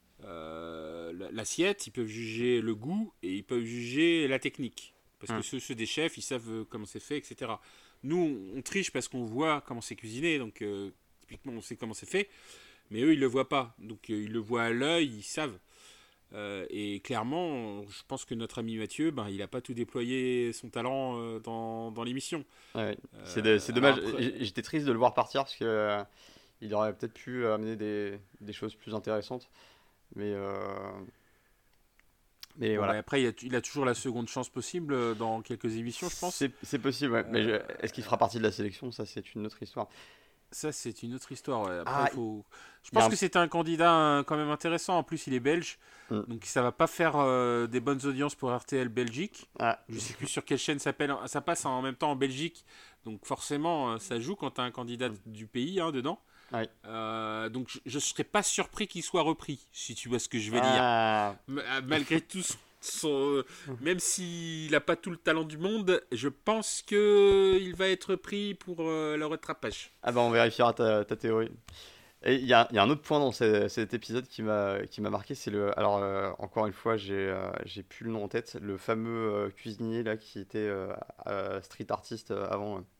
euh, la- l'assiette, ils peuvent juger le goût et ils peuvent juger la technique. Parce que Hmm. ceux, ceux des chefs, ils savent euh, comment c'est fait, et cetera. Nous, on triche parce qu'on voit comment c'est cuisiné, donc euh, typiquement on sait comment c'est fait, mais eux, ils le voient pas. Donc euh, ils le voient à l'œil, ils savent. Euh, et clairement, je pense que notre ami Mathieu, ben, il n'a pas tout déployé son talent euh, dans, dans l'émission. Ouais, ouais. C'est, de- Euh, c'est alors dommage, après, J- j'étais triste de le voir partir parce que euh, il aurait peut-être pu amener des, des choses plus intéressantes. Mais, euh, mais bon, bah, voilà. après, il a, il a toujours la seconde chance possible euh, dans quelques émissions, je pense. C'est, c'est possible, ouais. Mais je- Euh, est-ce qu'il fera partie de la sélection? Ça, c'est une autre histoire. Ça, c'est une autre histoire. Ouais. Après, Ah, il faut. Je il y a pense un... que c'est un candidat euh, quand même intéressant. En plus, il est belge. Hmm. Donc, ça va pas faire euh, des bonnes audiences pour R T L Belgique. Ah, Je sais plus sur quelle chaîne ça s'appelle. Ça passe en même temps en Belgique. Donc, forcément, euh, ça joue quand tu as un candidat du pays hein, dedans. ouais. Euh, donc, je, je serais pas surpris qu'il soit repris, si tu vois ce que je veux dire. Ah, M- euh, Malgré tout, son, son- euh, même s'il n'a pas tout le talent du monde, je pense qu'il va être pris pour euh, le rattrapage. ah bah on vérifiera ta, ta théorie. Et il y a, il y a un autre point dans ce- cet épisode qui m'a qui m'a marqué, c'est le. Alors euh, encore une fois, j'ai euh, j'ai plus le nom en tête, le fameux euh, cuisinier là qui était euh, euh, street artiste euh, avant. euh.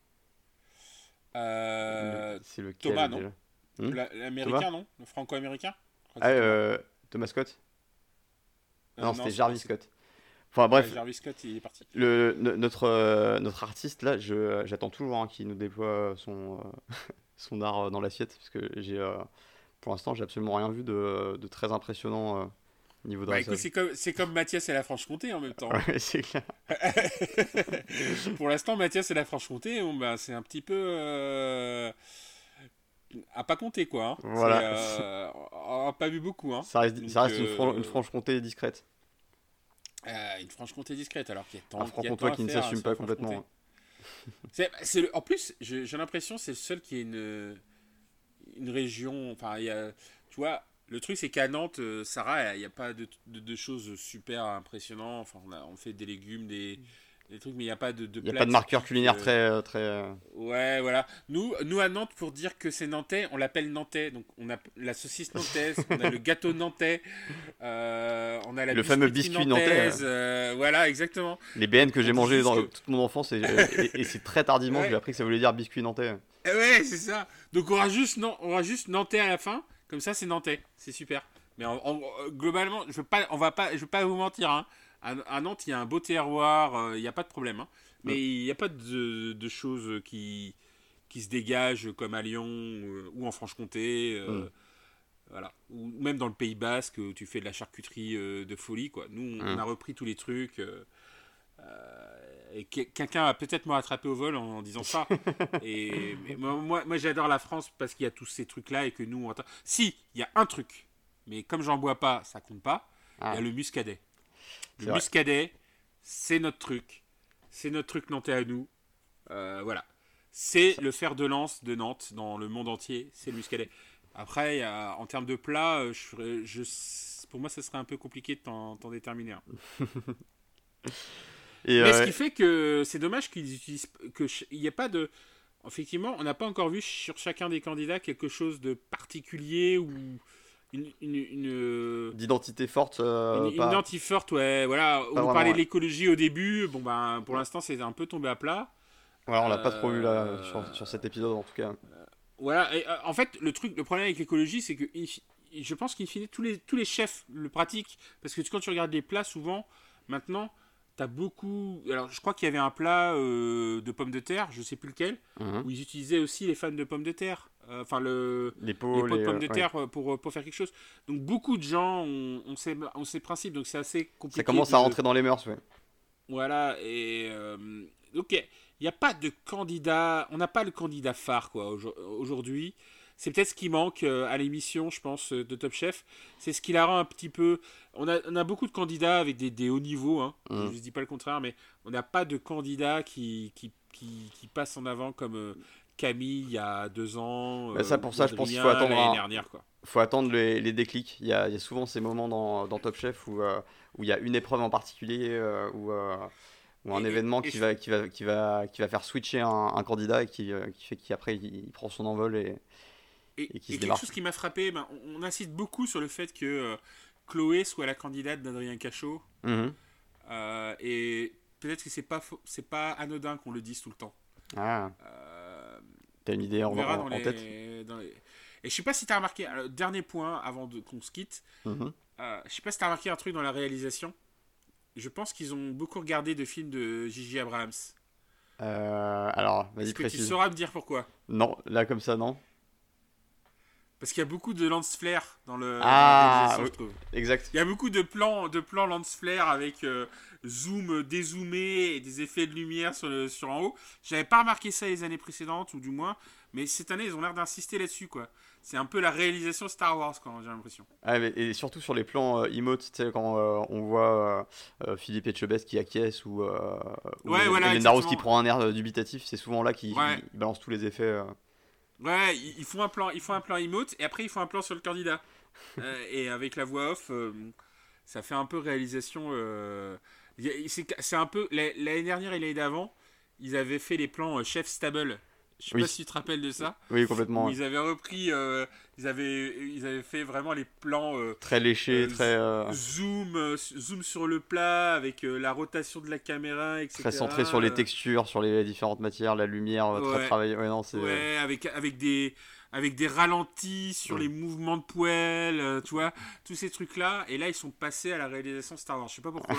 Euh, Le- c'est lequel Thomas, non déjà? Hmm La- L'américain, non Le franco-américain Je crois que Ah, c'est Thomas. euh, Thomas Scott? Euh, Non, c'était c'est- Jarvis c'est- Scott. Enfin ouais, bref, Jarvis Scott, il est parti. le, no- notre, euh, notre artiste là, je, j'attends toujours hein, qu'il nous déploie son, euh, son art euh, dans l'assiette parce que j'ai, euh, pour l'instant, j'ai absolument rien vu de, de très impressionnant euh, niveau Bah écoute, dressage. c'est comme, c'est comme Mathias et la Franche-Comté en même temps. Ouais, c'est clair. Pour l'instant, Mathias et la Franche-Comté, bon, bah, c'est un petit peu. euh, à pas compter quoi. Hein. Voilà. C'est, euh, on n'a pas vu beaucoup. Hein. Ça reste, Donc, ça reste une, euh, Fran- une Franche-Comté discrète. Euh, une Franche-Comté discrète, alors qu'il y a tant, Un il y a Franc-Comtois tant à qui ne faire, s'assume hein, pas sur la Franche-Comté. complètement. C'est, c'est le- en plus, j'ai, j'ai l'impression que c'est le seul qui est une, une région. Enfin, il y a, tu vois, le truc c'est qu'à Nantes, euh, Sarah, il n'y a pas de, de, de choses super impressionnantes. Enfin, on, a, on fait des légumes, des, des trucs, mais il n'y a pas de, de Il n'y a plats pas de marqueur typiques, culinaire euh, très, euh, très. euh, Ouais, voilà. Nous, nous à Nantes, pour dire que c'est nantais, on l'appelle nantais. Donc, on a la saucisse nantaise, on a le gâteau nantais, euh, on a la Le fameux biscuiterie biscuit nantais, nantaise. euh, voilà, exactement. Les B N que On j'ai dit mangé juste dans que- toute mon enfance et, et- et c'est très tardivement que Ouais. j'ai appris que ça voulait dire biscuit nantais. Eh ouais, c'est ça. Donc, on aura juste, non, on aura juste nantais à la fin. Comme ça, c'est nantais. C'est super. Mais en- en- globalement, je veux pas, on va pas, je veux pas vous mentir. Hein. À, à Nantes, il y a un beau terroir, euh, il n'y a pas de problème. Hein. Mais il n'y a pas de, de choses qui, qui se dégage comme à Lyon euh, ou en Franche-Comté. Euh, mm. Voilà. Ou même dans le Pays Basque où tu fais de la charcuterie euh, de folie, quoi. Nous, on, mm. on a repris tous les trucs. Euh, euh, et que, quelqu'un va peut-être me rattraper au vol en, en disant ça. et mais moi, moi, moi, j'adore la France parce qu'il y a tous ces trucs-là et que nous, on... si, il y a un truc, mais comme j'en bois pas, ça compte pas. Il ah. y a le muscadet. Le c'est muscadet, vrai. c'est notre truc. C'est notre truc nantais à nous. Euh, voilà. C'est le fer de lance de Nantes dans le monde entier. C'est le muscadet. Après, y a, en termes de plat, je, je, pour moi, ça serait un peu compliqué de t'en, t'en déterminer un. Et Mais euh, ce qui fait que c'est dommage qu'ils utilisent, qu'il n'y ait pas de... Effectivement, on n'a pas encore vu sur chacun des candidats quelque chose de particulier ou une... une, une d'identité forte. Euh, une, pas... une identité forte, ouais. Voilà. On parlait ouais. de l'écologie au début. Bon, ben, pour l'instant, c'est un peu tombé à plat. Voilà, on l'a euh, pas trop vu là, sur, sur cet épisode, en tout cas. Euh, voilà. Et, euh, en fait, le truc, le problème avec l'écologie, c'est que je pense qu'in fine, tous les, tous les chefs le pratiquent. Parce que quand tu regardes les plats, souvent, maintenant... T'as beaucoup. Alors, je crois qu'il y avait un plat euh, de pommes de terre, je sais plus lequel, mm-hmm. où ils utilisaient aussi les fans de pommes de terre. Enfin, euh, le... les pots, les pots les, de pommes de euh, terre ouais. pour, pour faire quelque chose. Donc, beaucoup de gens ont, ont, ces, ont ces principes, donc c'est assez compliqué. Ça commence de... à rentrer dans les mœurs, ouais. Voilà, et. Euh, ok, il n'y a pas de candidat. On n'a pas le candidat phare, quoi, aujourd'hui. C'est peut-être ce qui manque à l'émission, je pense, de Top Chef. C'est ce qui la rend un petit peu... On a, on a beaucoup de candidats avec des, des hauts niveaux, hein. Mmh. Je ne dis pas le contraire, mais on n'a pas de candidats qui, qui, qui, qui passent en avant comme euh, Camille il y a deux ans. Bah ça, pour ça, je pense qu'il faut attendre, un... dernière, quoi. Faut attendre les, les déclics. Il y, a, il y a souvent ces moments dans, dans Top Chef où, euh, où il y a une épreuve en particulier, euh, où, euh, ou un et, événement et, qui, et va, je... qui, va, qui, va, qui va faire switcher un, un candidat et qui, euh, qui fait qu'après, il, il prend son envol et... Et, et, et quelque chose qui m'a frappé, ben, on, on insiste beaucoup sur le fait que euh, Chloé soit la candidate d'Adrien Cachot. Mmh. Euh, et peut-être que c'est pas, faux, c'est pas anodin qu'on le dise tout le temps. Ah. Euh, T'as une idée en, en, en les, tête dans les... Et je sais pas si t'as remarqué, alors, dernier point avant de, qu'on se quitte, mmh. euh, je sais pas si t'as remarqué un truc dans la réalisation. Je pense qu'ils ont beaucoup regardé de films de Gigi Abrams. Euh, alors, vas-y, Est-ce précise. que tu sauras me dire pourquoi ? Non, là comme ça, non. Parce qu'il y a beaucoup de lance flare dans le. Ah, dans oui, je trouve. Exact. Il y a beaucoup de plans, de plans lance flare avec euh, zoom dézoomé et des effets de lumière sur, le, sur en haut. J'avais pas remarqué ça les années précédentes, ou du moins, mais cette année, ils ont l'air d'insister là-dessus, quoi. C'est un peu la réalisation Star Wars, quand j'ai l'impression. Ah, mais, et surtout sur les plans euh, emotes, tu sais, quand euh, on voit euh, euh, Philippe Etchebest qui acquiesce ou, euh, ou ouais, voilà, Lendaros qui prend un air euh, dubitatif, c'est souvent là qu'il ouais. balance tous les effets. Euh. Ouais, ils font un plan, ils font un plan emote et après ils font un plan sur le candidat. euh, et avec la voix off, euh, ça fait un peu réalisation. Euh, c'est, c'est un peu l'année dernière et l'année d'avant, ils avaient fait les plans euh, chef stable. Je sais oui. pas si tu te rappelles de ça. Oui, complètement. Ils avaient repris, euh, ils avaient, ils avaient fait vraiment les plans euh, très léchés, euh, très euh... zoom, euh, zoom sur le plat avec euh, la rotation de la caméra, et cetera. Très centré sur les textures, sur les différentes matières, la lumière, ouais. très travaillée. Ouais, non, c'est. Ouais, avec avec des avec des ralentis sur ouais. les mouvements de poêle, euh, tu vois, tous ces trucs là. Et là, ils sont passés à la réalisation Star Wars. Je sais pas pourquoi.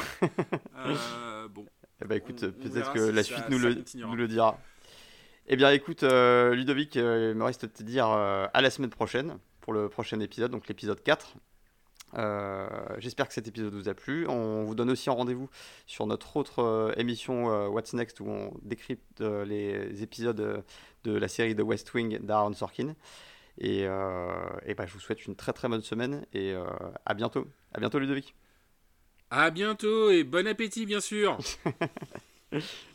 euh, bon. Eh ben, écoute, on, peut-être on que la suite ça, nous, ça le, nous le dira. Eh bien écoute euh, Ludovic, euh, il me reste de te dire euh, à la semaine prochaine pour le prochain épisode, donc l'épisode quatre. Euh, j'espère que cet épisode vous a plu. On vous donne aussi un rendez-vous sur notre autre euh, émission euh, What's Next où on décrypte euh, les épisodes euh, de la série The West Wing d'Aaron Sorkin. Et, euh, et bah, je vous souhaite une très très bonne semaine et euh, à bientôt. À bientôt Ludovic. À bientôt et bon appétit bien sûr.